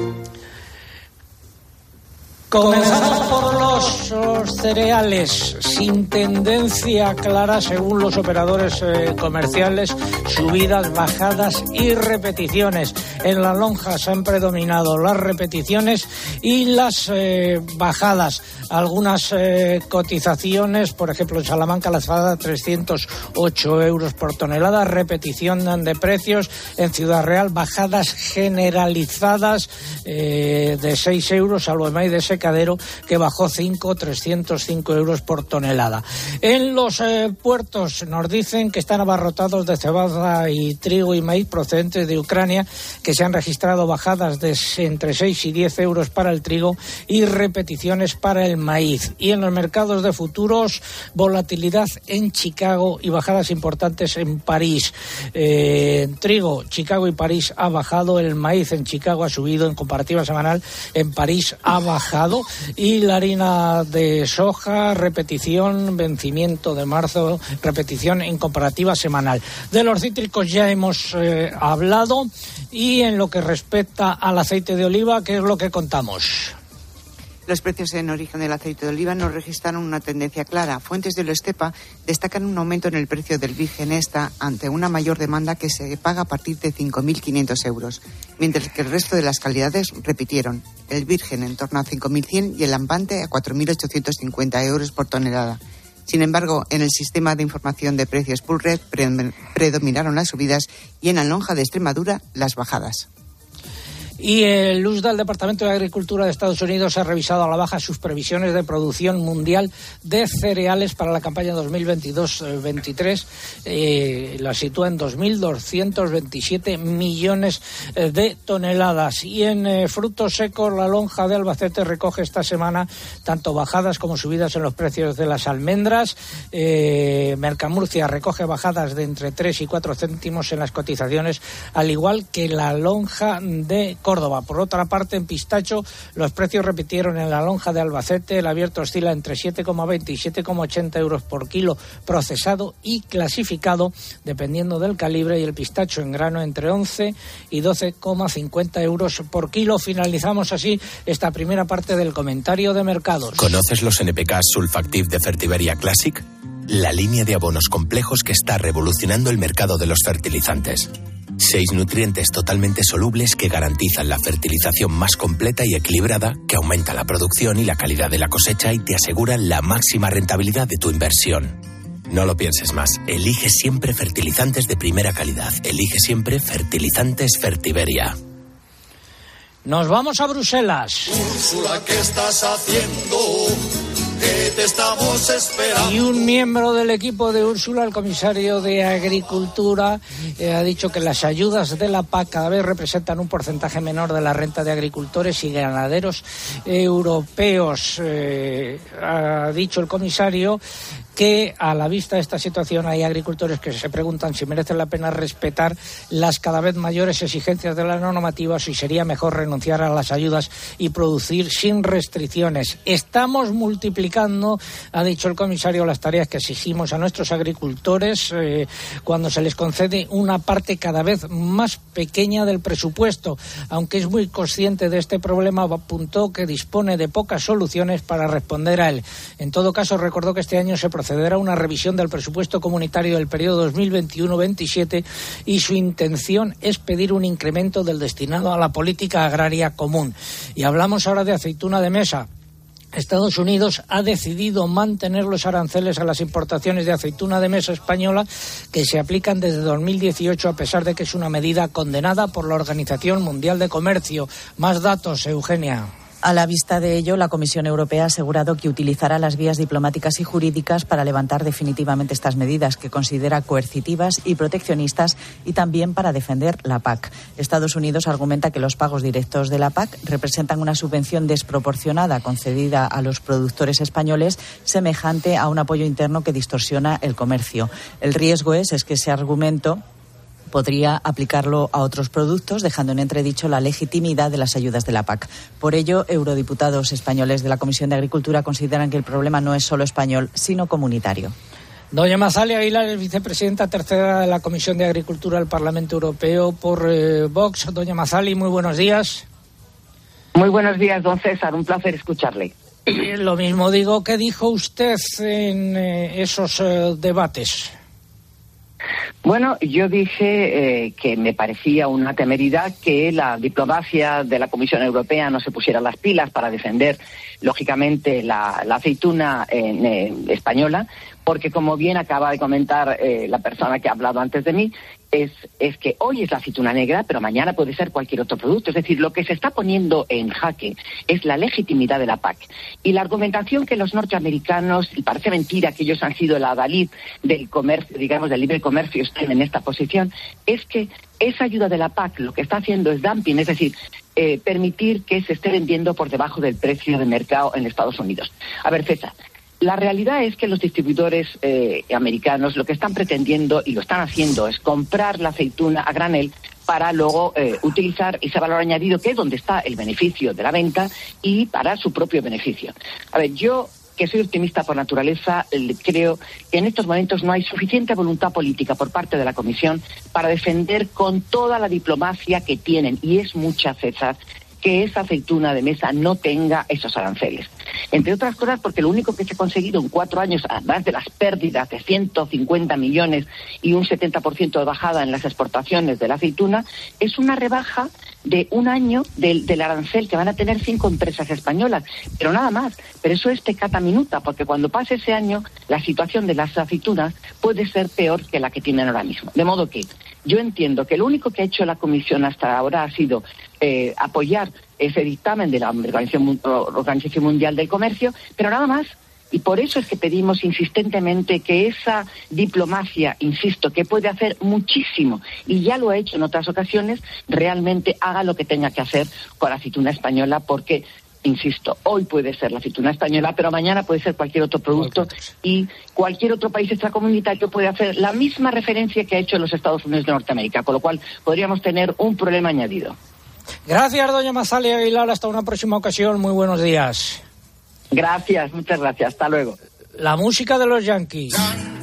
Comenzamos por los cereales, sin tendencia clara según los operadores comerciales, subidas, bajadas y repeticiones. En la lonja se han predominado las repeticiones y las bajadas. Algunas cotizaciones, por ejemplo en Salamanca la cebada 308 euros por tonelada, repetición de precios. En Ciudad Real bajadas generalizadas de 6 euros, salvo el maíz de secadero que bajó 305 euros por tonelada. En los puertos nos dicen que están abarrotados de cebada y trigo y maíz procedentes de Ucrania, que se han registrado bajadas de entre 6 y 10 euros para el trigo y repeticiones para el maíz. Y en los mercados de futuros, volatilidad en Chicago y bajadas importantes en París. Trigo, Chicago y París ha bajado, el maíz en Chicago ha subido en comparativa semanal, en París ha bajado, y la harina de soja, repetición, vencimiento de marzo, repetición en comparativa semanal. De los cítricos ya hemos hablado, y en lo que respecta al aceite de oliva, ¿qué es lo que contamos? Los precios en origen del aceite de oliva no registraron una tendencia clara. Fuentes de Estepa destacan un aumento en el precio del virgen extra ante una mayor demanda que se paga a partir de 5.500 euros, mientras que el resto de las calidades repitieron. El virgen en torno a 5.100 y el lampante a 4.850 euros por tonelada. Sin embargo, en el sistema de información de precios Pulred predominaron las subidas y en la lonja de Extremadura las bajadas. Y el USDA, el Departamento de Agricultura de Estados Unidos, ha revisado a la baja sus previsiones de producción mundial de cereales para la campaña 2022-23. La sitúa en 2.227 millones de toneladas. Y en frutos secos, la lonja de Albacete recoge esta semana tanto bajadas como subidas en los precios de las almendras. Mercamurcia recoge bajadas de entre 3 y 4 céntimos en las cotizaciones, al igual que la lonja de Córdoba. Por otra parte, en pistacho, los precios repitieron en la lonja de Albacete. El abierto oscila entre 7,20 y 7,80 euros por kilo procesado y clasificado, dependiendo del calibre, y el pistacho en grano entre 11 y 12,50 euros por kilo. Finalizamos así esta primera parte del comentario de mercados. ¿Conoces los NPK Sulfactive de Fertiberia Classic? La línea de abonos complejos que está revolucionando el mercado de los fertilizantes. 6 nutrientes totalmente solubles que garantizan la fertilización más completa y equilibrada, que aumenta la producción y la calidad de la cosecha y te aseguran la máxima rentabilidad de tu inversión. No lo pienses más. Elige siempre fertilizantes de primera calidad. Elige siempre Fertilizantes Fertiberia. Nos vamos a Bruselas. Úrsula, ¿qué estás haciendo? Que te estamos esperando. Y un miembro del equipo de Úrsula, el comisario de Agricultura, ha dicho que las ayudas de la PAC cada vez representan un porcentaje menor de la renta de agricultores y ganaderos europeos. Ha dicho el comisario que a la vista de esta situación hay agricultores que se preguntan si merece la pena respetar las cada vez mayores exigencias de la normativa o si sería mejor renunciar a las ayudas y producir sin restricciones. Estamos multiplicando, ha dicho el comisario, las tareas que exigimos a nuestros agricultores cuando se les concede una parte cada vez más pequeña del presupuesto. Aunque es muy consciente de este problema, apuntó que dispone de pocas soluciones para responder a él. En todo caso, recordó que este año se procederá a una revisión del presupuesto comunitario del periodo 2021-27 y su intención es pedir un incremento del destinado a la política agraria común. Y hablamos ahora de aceituna de mesa. Estados Unidos ha decidido mantener los aranceles a las importaciones de aceituna de mesa española que se aplican desde 2018, a pesar de que es una medida condenada por la Organización Mundial de Comercio. Más datos, Eugenia. A la vista de ello, la Comisión Europea ha asegurado que utilizará las vías diplomáticas y jurídicas para levantar definitivamente estas medidas, que considera coercitivas y proteccionistas, y también para defender la PAC. Estados Unidos argumenta que los pagos directos de la PAC representan una subvención desproporcionada concedida a los productores españoles, semejante a un apoyo interno que distorsiona el comercio. El riesgo es que ese argumento podría aplicarlo a otros productos, dejando en entredicho la legitimidad de las ayudas de la PAC. Por ello, eurodiputados españoles de la Comisión de Agricultura consideran que el problema no es solo español, sino comunitario. Doña Mazali Aguilar es vicepresidenta tercera de la Comisión de Agricultura del Parlamento Europeo por Vox. Doña Mazali, muy buenos días. Muy buenos días, don César. Un placer escucharle. Lo mismo digo. ¿Qué dijo usted en esos debates? Bueno, yo dije que me parecía una temeridad que la diplomacia de la Comisión Europea no se pusiera las pilas para defender, lógicamente, la aceituna española, porque, como bien acaba de comentar la persona que ha hablado antes de mí, es que hoy es la aceituna negra, pero mañana puede ser cualquier otro producto. Es decir, lo que se está poniendo en jaque es la legitimidad de la PAC. Y la argumentación que los norteamericanos, y parece mentira que ellos han sido la adalid del comercio, digamos, del libre comercio, estén en esta posición, es que esa ayuda de la PAC lo que está haciendo es dumping, es decir, permitir que se esté vendiendo por debajo del precio de mercado en Estados Unidos. A ver, César, la realidad es que los distribuidores americanos lo que están pretendiendo, y lo están haciendo, es comprar la aceituna a granel para luego utilizar ese valor añadido, que es donde está el beneficio de la venta, y para su propio beneficio. A ver, yo, que soy optimista por naturaleza, creo que en estos momentos no hay suficiente voluntad política por parte de la Comisión para defender con toda la diplomacia que tienen, y es mucha, César, que esa aceituna de mesa no tenga esos aranceles. Entre otras cosas porque lo único que se ha conseguido en 4 años, además de las pérdidas de 150 millones y un 70% de bajada en las exportaciones de la aceituna, es una rebaja de un año del arancel que van a tener 5 empresas españolas, pero nada más. Pero eso es pecata minuta, porque cuando pase ese año, la situación de las aceitunas puede ser peor que la que tienen ahora mismo. De modo que yo entiendo que lo único que ha hecho la Comisión hasta ahora ha sido apoyar ese dictamen de la Organización Mundial del Comercio, pero nada más. Y por eso es que pedimos insistentemente que esa diplomacia, insisto, que puede hacer muchísimo, y ya lo ha hecho en otras ocasiones, realmente haga lo que tenga que hacer con la aceituna española, porque, insisto, hoy puede ser la aceituna española, pero mañana puede ser cualquier otro producto, y cualquier otro país extracomunitario puede hacer la misma referencia que ha hecho los Estados Unidos de Norteamérica, con lo cual podríamos tener un problema añadido. Gracias, doña Mazali Aguilar. Hasta una próxima ocasión. Muy buenos días. Gracias, muchas gracias. Hasta luego. La música de los Yankees.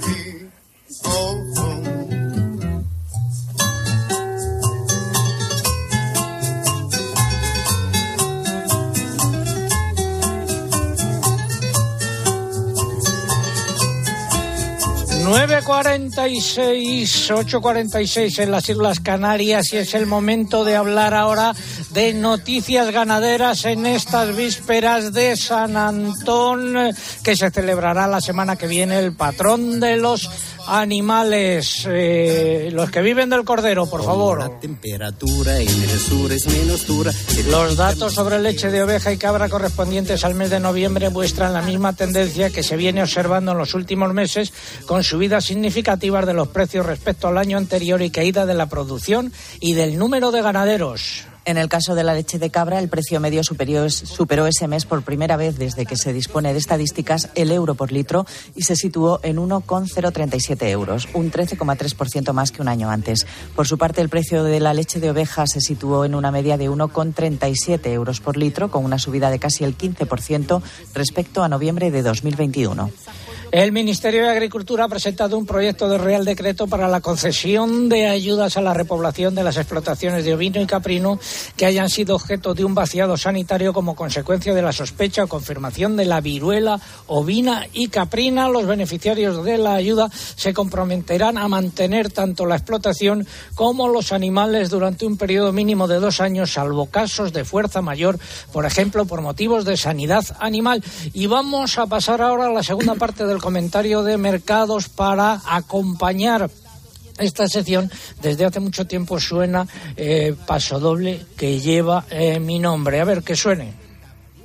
9:46, 8:46 en las Islas Canarias, y es el momento de hablar ahora de noticias ganaderas en estas vísperas de San Antón, que se celebrará la semana que viene, el patrón de los animales. Los que viven del cordero, por favor. La temperatura en el sur es menos dura. Los datos sobre leche de oveja y cabra correspondientes al mes de noviembre muestran la misma tendencia que se viene observando en los últimos meses, con subidas significativas de los precios respecto al año anterior y caída de la producción y del número de ganaderos. En el caso de la leche de cabra, el precio medio superó ese mes por primera vez desde que se dispone de estadísticas el euro por litro, y se situó en 1,037 euros, un 13,3% más que un año antes. Por su parte, el precio de la leche de oveja se situó en una media de 1,37 euros por litro, con una subida de casi el 15% respecto a noviembre de 2021. El Ministerio de Agricultura ha presentado un proyecto de Real Decreto para la concesión de ayudas a la repoblación de las explotaciones de ovino y caprino que hayan sido objeto de un vaciado sanitario como consecuencia de la sospecha o confirmación de la viruela ovina y caprina. Los beneficiarios de la ayuda se comprometerán a mantener tanto la explotación como los animales durante un periodo mínimo de 2 años, salvo casos de fuerza mayor, por ejemplo, por motivos de sanidad animal. Y vamos a pasar ahora a la segunda parte del comentario de mercados para acompañar esta sección. Desde hace mucho tiempo suena Paso Doble, que lleva mi nombre. A ver, que suene.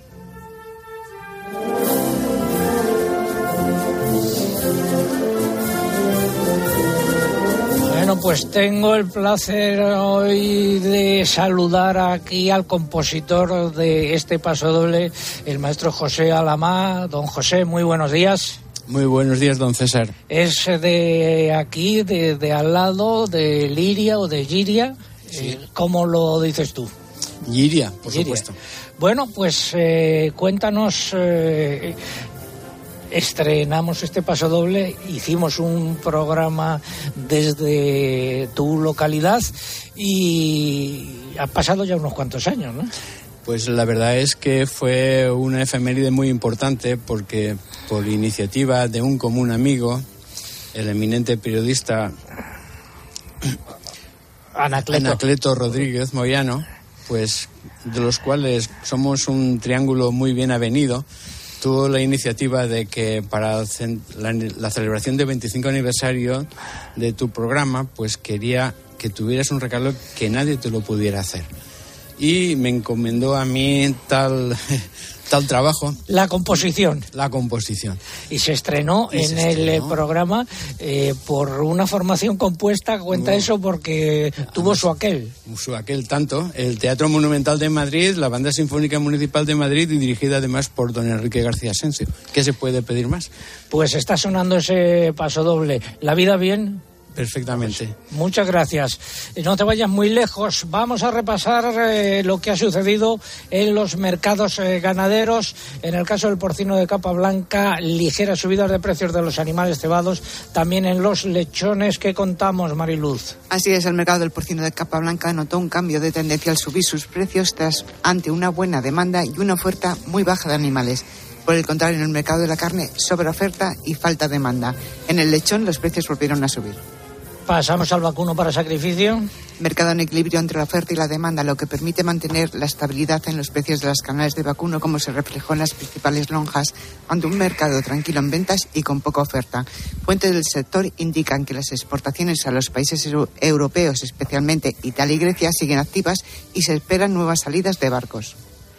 Bueno, pues tengo el placer hoy de saludar aquí al compositor de este pasodoble, el maestro José Alamá. Don José, muy buenos días. Muy buenos días, don César. ¿Es de aquí, de al lado, de Liria o de Giria? Sí. ¿Cómo lo dices tú? Giria, por supuesto. Bueno, pues cuéntanos... Estrenamos este pasodoble, hicimos un programa desde tu localidad y ha pasado ya unos cuantos años, ¿no? Pues la verdad es que fue una efeméride muy importante porque por iniciativa de un común amigo, el eminente periodista Anacleto Rodríguez Moyano, pues de los cuales somos un triángulo muy bien avenido, tuvo la iniciativa de que para la celebración del 25 aniversario de tu programa, pues quería que tuvieras un regalo que nadie te lo pudiera hacer. Y me encomendó a mí tal trabajo. La composición. Y se estrenó en el programa por una formación compuesta, cuenta eso, porque tuvo su aquel. Su aquel tanto, el Teatro Monumental de Madrid, la Banda Sinfónica Municipal de Madrid y dirigida además por don Enrique García Asensio. ¿Qué se puede pedir más? Pues está sonando ese pasodoble. ¿La vida bien? Perfectamente. Pues muchas gracias. No te vayas muy lejos. Vamos a repasar lo que ha sucedido en los mercados ganaderos. En el caso del porcino de capa blanca, ligeras subidas de precios de los animales cebados. También en los lechones. ¿Qué contamos, Mariluz? Así es, el mercado del porcino de capa blanca notó un cambio de tendencia al subir sus precios ante una buena demanda y una oferta muy baja de animales. Por el contrario, en el mercado de la carne, sobra oferta y falta demanda. En el lechón, los precios volvieron a subir. Pasamos al vacuno para sacrificio. Mercado en equilibrio entre la oferta y la demanda, lo que permite mantener la estabilidad en los precios de las canales de vacuno, como se reflejó en las principales lonjas, ante un mercado tranquilo en ventas y con poca oferta. Fuentes del sector indican que las exportaciones a los países europeos, especialmente Italia y Grecia, siguen activas y se esperan nuevas salidas de barcos.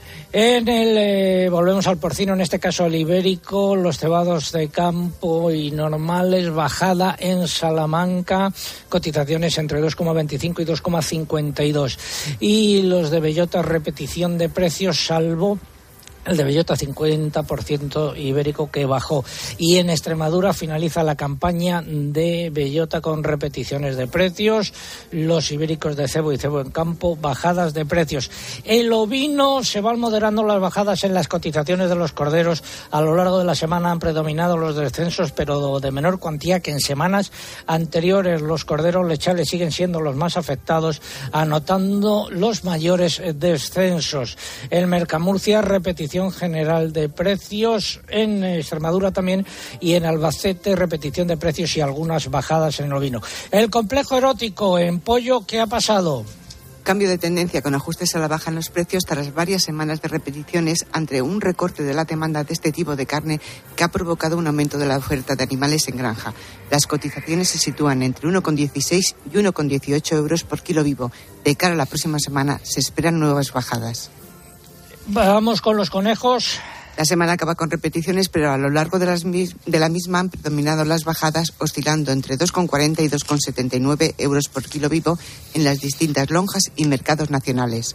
Volvemos al porcino, en este caso al ibérico, los cebados de campo y normales, bajada en Salamanca, cotizaciones entre 2,25 y 2,52. Y los de bellota, repetición de precios, salvo el de bellota 50% ibérico, que bajó. Y en Extremadura finaliza la campaña de bellota con repeticiones de precios. Los ibéricos de cebo y cebo en campo, bajadas de precios. El ovino, se van moderando las bajadas en las cotizaciones de los corderos. A lo largo de la semana han predominado los descensos, pero de menor cuantía que en semanas anteriores. Los corderos lechales siguen siendo los más afectados, anotando los mayores descensos. El Mercamurcia, repetición general de precios. En Extremadura también, y en Albacete, repetición de precios y algunas bajadas en el ovino. El complejo erótico en pollo, ¿qué ha pasado? Cambio de tendencia con ajustes a la baja en los precios tras varias semanas de repeticiones ante un recorte de la demanda de este tipo de carne que ha provocado un aumento de la oferta de animales en granja. Las cotizaciones se sitúan entre 1,16 y 1,18 euros por kilo vivo. De cara a la próxima semana se esperan nuevas bajadas. Vamos con los conejos. La semana acaba con repeticiones, pero a lo largo de la misma han predominado las bajadas, oscilando entre 2,40 y 2,79 euros por kilo vivo en las distintas lonjas y mercados nacionales.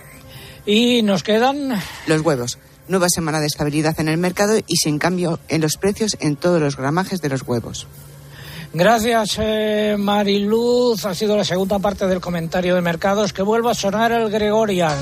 Y nos quedan los huevos. Nueva semana de estabilidad en el mercado y sin cambio en los precios en todos los gramajes de los huevos. Gracias, Mariluz. Ha sido la segunda parte del comentario de mercados. Que vuelva a sonar el Gregorian.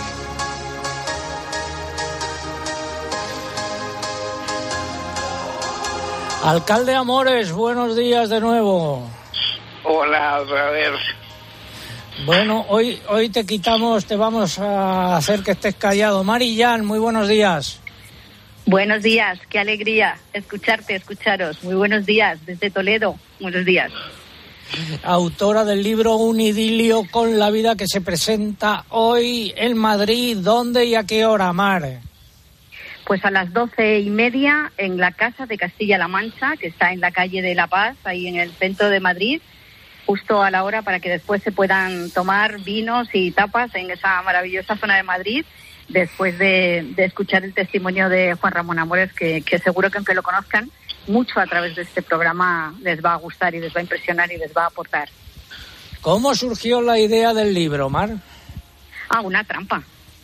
Alcalde Amores, buenos días de nuevo. Hola, otra vez. Bueno, hoy te vamos a hacer que estés callado. Marillán, muy buenos días. Buenos días, qué alegría escucharos. Muy buenos días desde Toledo, buenos días. Autora del libro Un idilio con la vida, que se presenta hoy en Madrid. ¿Dónde y a qué hora, Mar? Pues a las 12:30 en la Casa de Castilla-La Mancha, que está en la calle de La Paz, ahí en el centro de Madrid, justo a la hora para que después se puedan tomar vinos y tapas en esa maravillosa zona de Madrid, después de escuchar el testimonio de Juan Ramón Amores, que seguro que aunque lo conozcan mucho a través de este programa les va a gustar y les va a impresionar y les va a aportar. ¿Cómo surgió la idea del libro, Mar? Una trampa.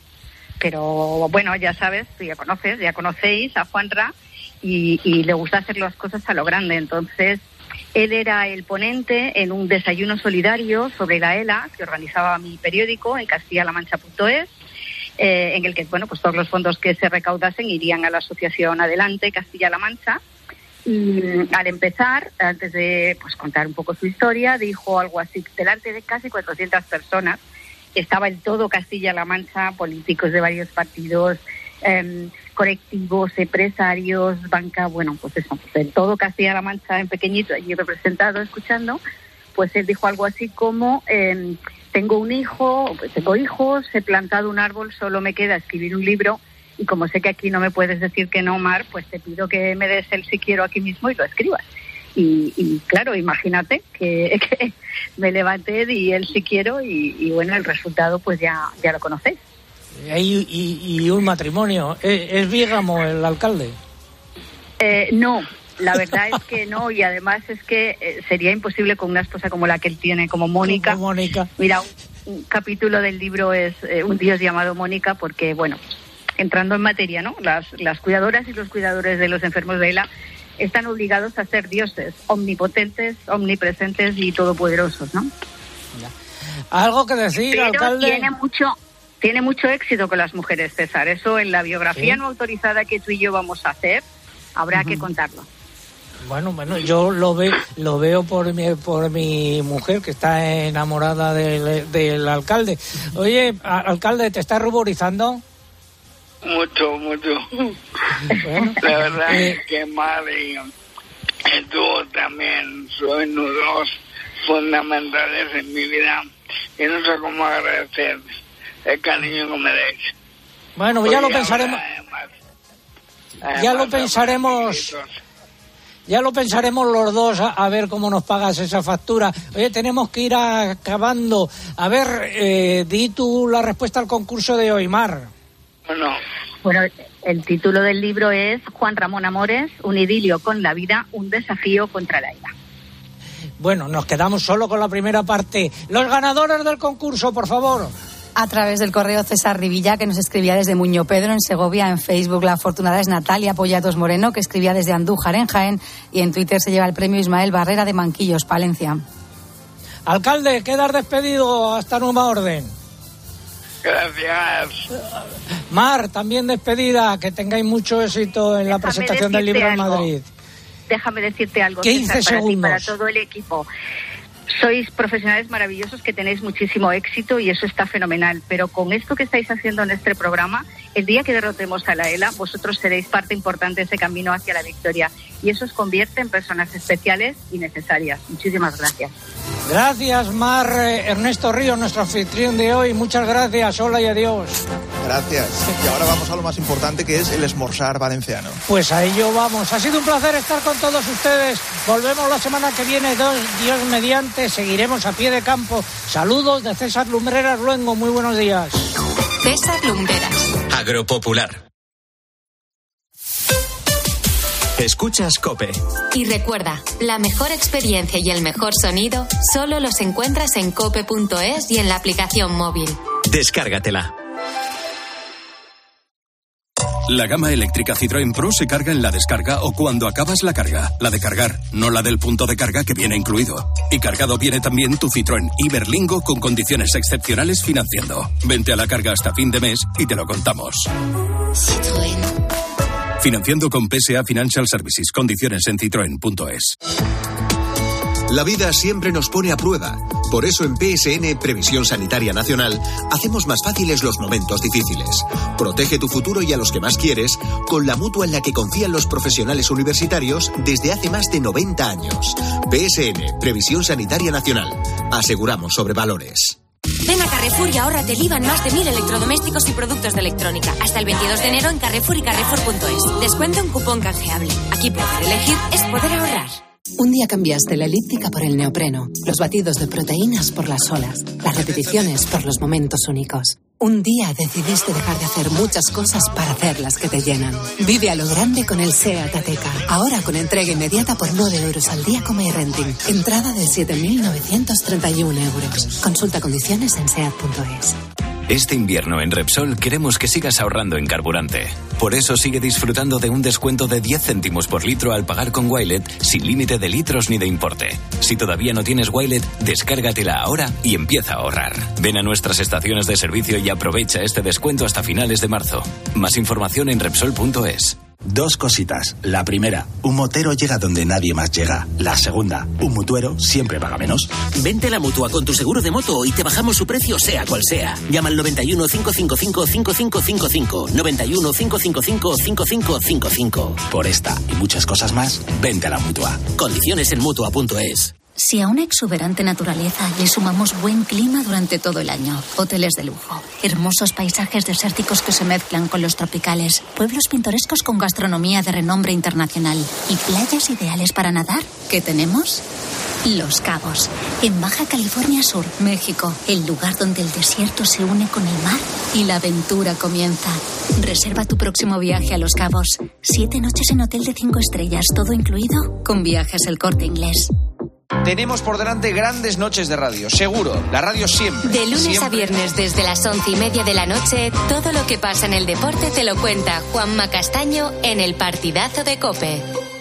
Pero bueno, ya sabes, tú ya conocéis a Juanra y le gusta hacer las cosas a lo grande. Entonces, él era el ponente en un desayuno solidario sobre la ELA que organizaba mi periódico en castillalamancha.es, en el que, bueno, pues todos los fondos que se recaudasen irían a la asociación Adelante Castilla-La Mancha. Y al empezar, antes de pues contar un poco su historia, dijo algo así: delante de casi 400 personas estaba el todo Castilla-La Mancha, políticos de varios partidos, colectivos, empresarios, banca, bueno, pues eso, pues el todo Castilla-La Mancha en pequeñito allí representado, escuchando. Pues él dijo algo así como: tengo hijos, he plantado un árbol, solo me queda escribir un libro, y como sé que aquí no me puedes decir que no, Mar, pues te pido que me des el si quiero aquí mismo y lo escribas. Y claro, imagínate que me levanté, di el si quiero y bueno, el resultado pues ya lo conocéis. Y un matrimonio. ¿Es bígamo el alcalde? No, la verdad es que no, y además es que sería imposible con una esposa como la que él tiene, como Mónica. Como Mónica. Mira, un capítulo del libro es Un Dios llamado Mónica, porque bueno, entrando en materia, ¿no? Las cuidadoras y los cuidadores de los enfermos de ELA están obligados a ser dioses, omnipotentes, omnipresentes y todopoderosos, ¿no? ¿Algo que decir, pero alcalde? Tiene mucho éxito con las mujeres, César. Eso en la biografía no autorizada que tú y yo vamos a hacer, habrá que contarlo. Bueno, yo lo veo por mi mujer, que está enamorada del alcalde. Oye, alcalde, ¿te estás ruborizando? Mucho. Bueno, la verdad es que Mari y tú también sois nudos fundamentales en mi vida y no sé cómo agradecer el cariño que me deis. Bueno, ya lo pensaremos. Ya lo pensaremos los dos a ver cómo nos pagas esa factura. Oye, tenemos que ir acabando. A ver, di tú la respuesta al concurso de hoy, Mar. Bueno, el título del libro es Juan Ramón Amores, un idilio con la vida, un desafío contra la ira. Bueno, nos quedamos solo con la primera parte. Los ganadores del concurso, por favor. A través del correo César Rivilla, que nos escribía desde Muño Pedro, en Segovia. En Facebook, la afortunada es Natalia Pollatos Moreno, que escribía desde Andújar, en Jaén. Y en Twitter se lleva el premio Ismael Barrera, de Manquillos, Palencia. Alcalde, quedas despedido hasta nueva orden. Gracias. Mar, también despedida, que tengáis mucho éxito en la presentación del libro en Madrid. Déjame decirte algo, 15 César, para segundos. ti, para todo el equipo. Sois profesionales maravillosos que tenéis muchísimo éxito y eso está fenomenal, pero con esto que estáis haciendo en este programa, el día que derrotemos a la ELA, vosotros seréis parte importante de ese camino hacia la victoria y eso os convierte en personas especiales y necesarias. Muchísimas gracias. Gracias, Mar. Ernesto Ríos, nuestro anfitrión de hoy, muchas gracias. Hola y adiós. Gracias. Y ahora vamos a lo más importante, que es el esmorzar valenciano. Pues a ello vamos. Ha sido un placer estar con todos ustedes. Volvemos la semana que viene, Dios mediante. Seguiremos a pie de campo. Saludos de César Lumbreras Luengo. Muy buenos días. César Lumbreras. Agropopular. Escuchas COPE. Y recuerda, la mejor experiencia y el mejor sonido solo los encuentras en cope.es y en la aplicación móvil. Descárgatela. La gama eléctrica Citroën Pro se carga en la descarga o cuando acabas la carga. La de cargar, no la del punto de carga que viene incluido. Y cargado viene también tu Citroën Iberlingo con condiciones excepcionales financiando. Vente a la carga hasta fin de mes y te lo contamos. Citroën. Financiando con PSA Financial Services. Condiciones en citroen.es. La vida siempre nos pone a prueba. Por eso en PSN, Previsión Sanitaria Nacional, hacemos más fáciles los momentos difíciles. Protege tu futuro y a los que más quieres con la mutua en la que confían los profesionales universitarios desde hace más de 90 años. PSN, Previsión Sanitaria Nacional. Aseguramos sobre valores. Ven a Carrefour y ahórrate el IVA en más de 1.000 electrodomésticos y productos de electrónica. Hasta el 22 de enero en Carrefour y Carrefour.es. Descuenta un cupón canjeable. Aquí poder elegir es poder ahorrar. Un día cambiaste la elíptica por el neopreno, los batidos de proteínas por las olas, las repeticiones por los momentos únicos. Un día decidiste dejar de hacer muchas cosas para hacer las que te llenan. Vive a lo grande con el SEAT Ateca. Ahora con entrega inmediata por 9 euros al día como renting. Entrada de 7.931 euros. Consulta condiciones en SEAT.es. Este invierno en Repsol queremos que sigas ahorrando en carburante. Por eso sigue disfrutando de un descuento de 10 céntimos por litro al pagar con Wilet sin límite de litros ni de importe. Si todavía no tienes Wilet, descárgatela ahora y empieza a ahorrar. Ven a nuestras estaciones de servicio y aprovecha este descuento hasta finales de marzo. Más información en Repsol.es. Dos cositas. La primera, un motero llega donde nadie más llega. La segunda, un mutuero siempre paga menos. Vente a la Mutua con tu seguro de moto y te bajamos su precio sea cual sea. Llama al 91 555 5555. 91 555 5555. Por esta y muchas cosas más, vente a la Mutua. Condiciones en Mutua.es. Si a una exuberante naturaleza le sumamos buen clima durante todo el año, hoteles de lujo, hermosos paisajes desérticos que se mezclan con los tropicales, pueblos pintorescos con gastronomía de renombre internacional y playas ideales para nadar, ¿qué tenemos? Los Cabos, en Baja California Sur, México, el lugar donde el desierto se une con el mar y la aventura comienza. Reserva tu próximo viaje a Los Cabos. 7 noches en hotel de 5 estrellas, todo incluido, con Viajes El Corte Inglés. Tenemos por delante grandes noches de radio, seguro. La radio siempre. De lunes siempre. a viernes desde las 11:30 de la noche, todo lo que pasa en el deporte te lo cuenta Juanma Castaño en El Partidazo de COPE.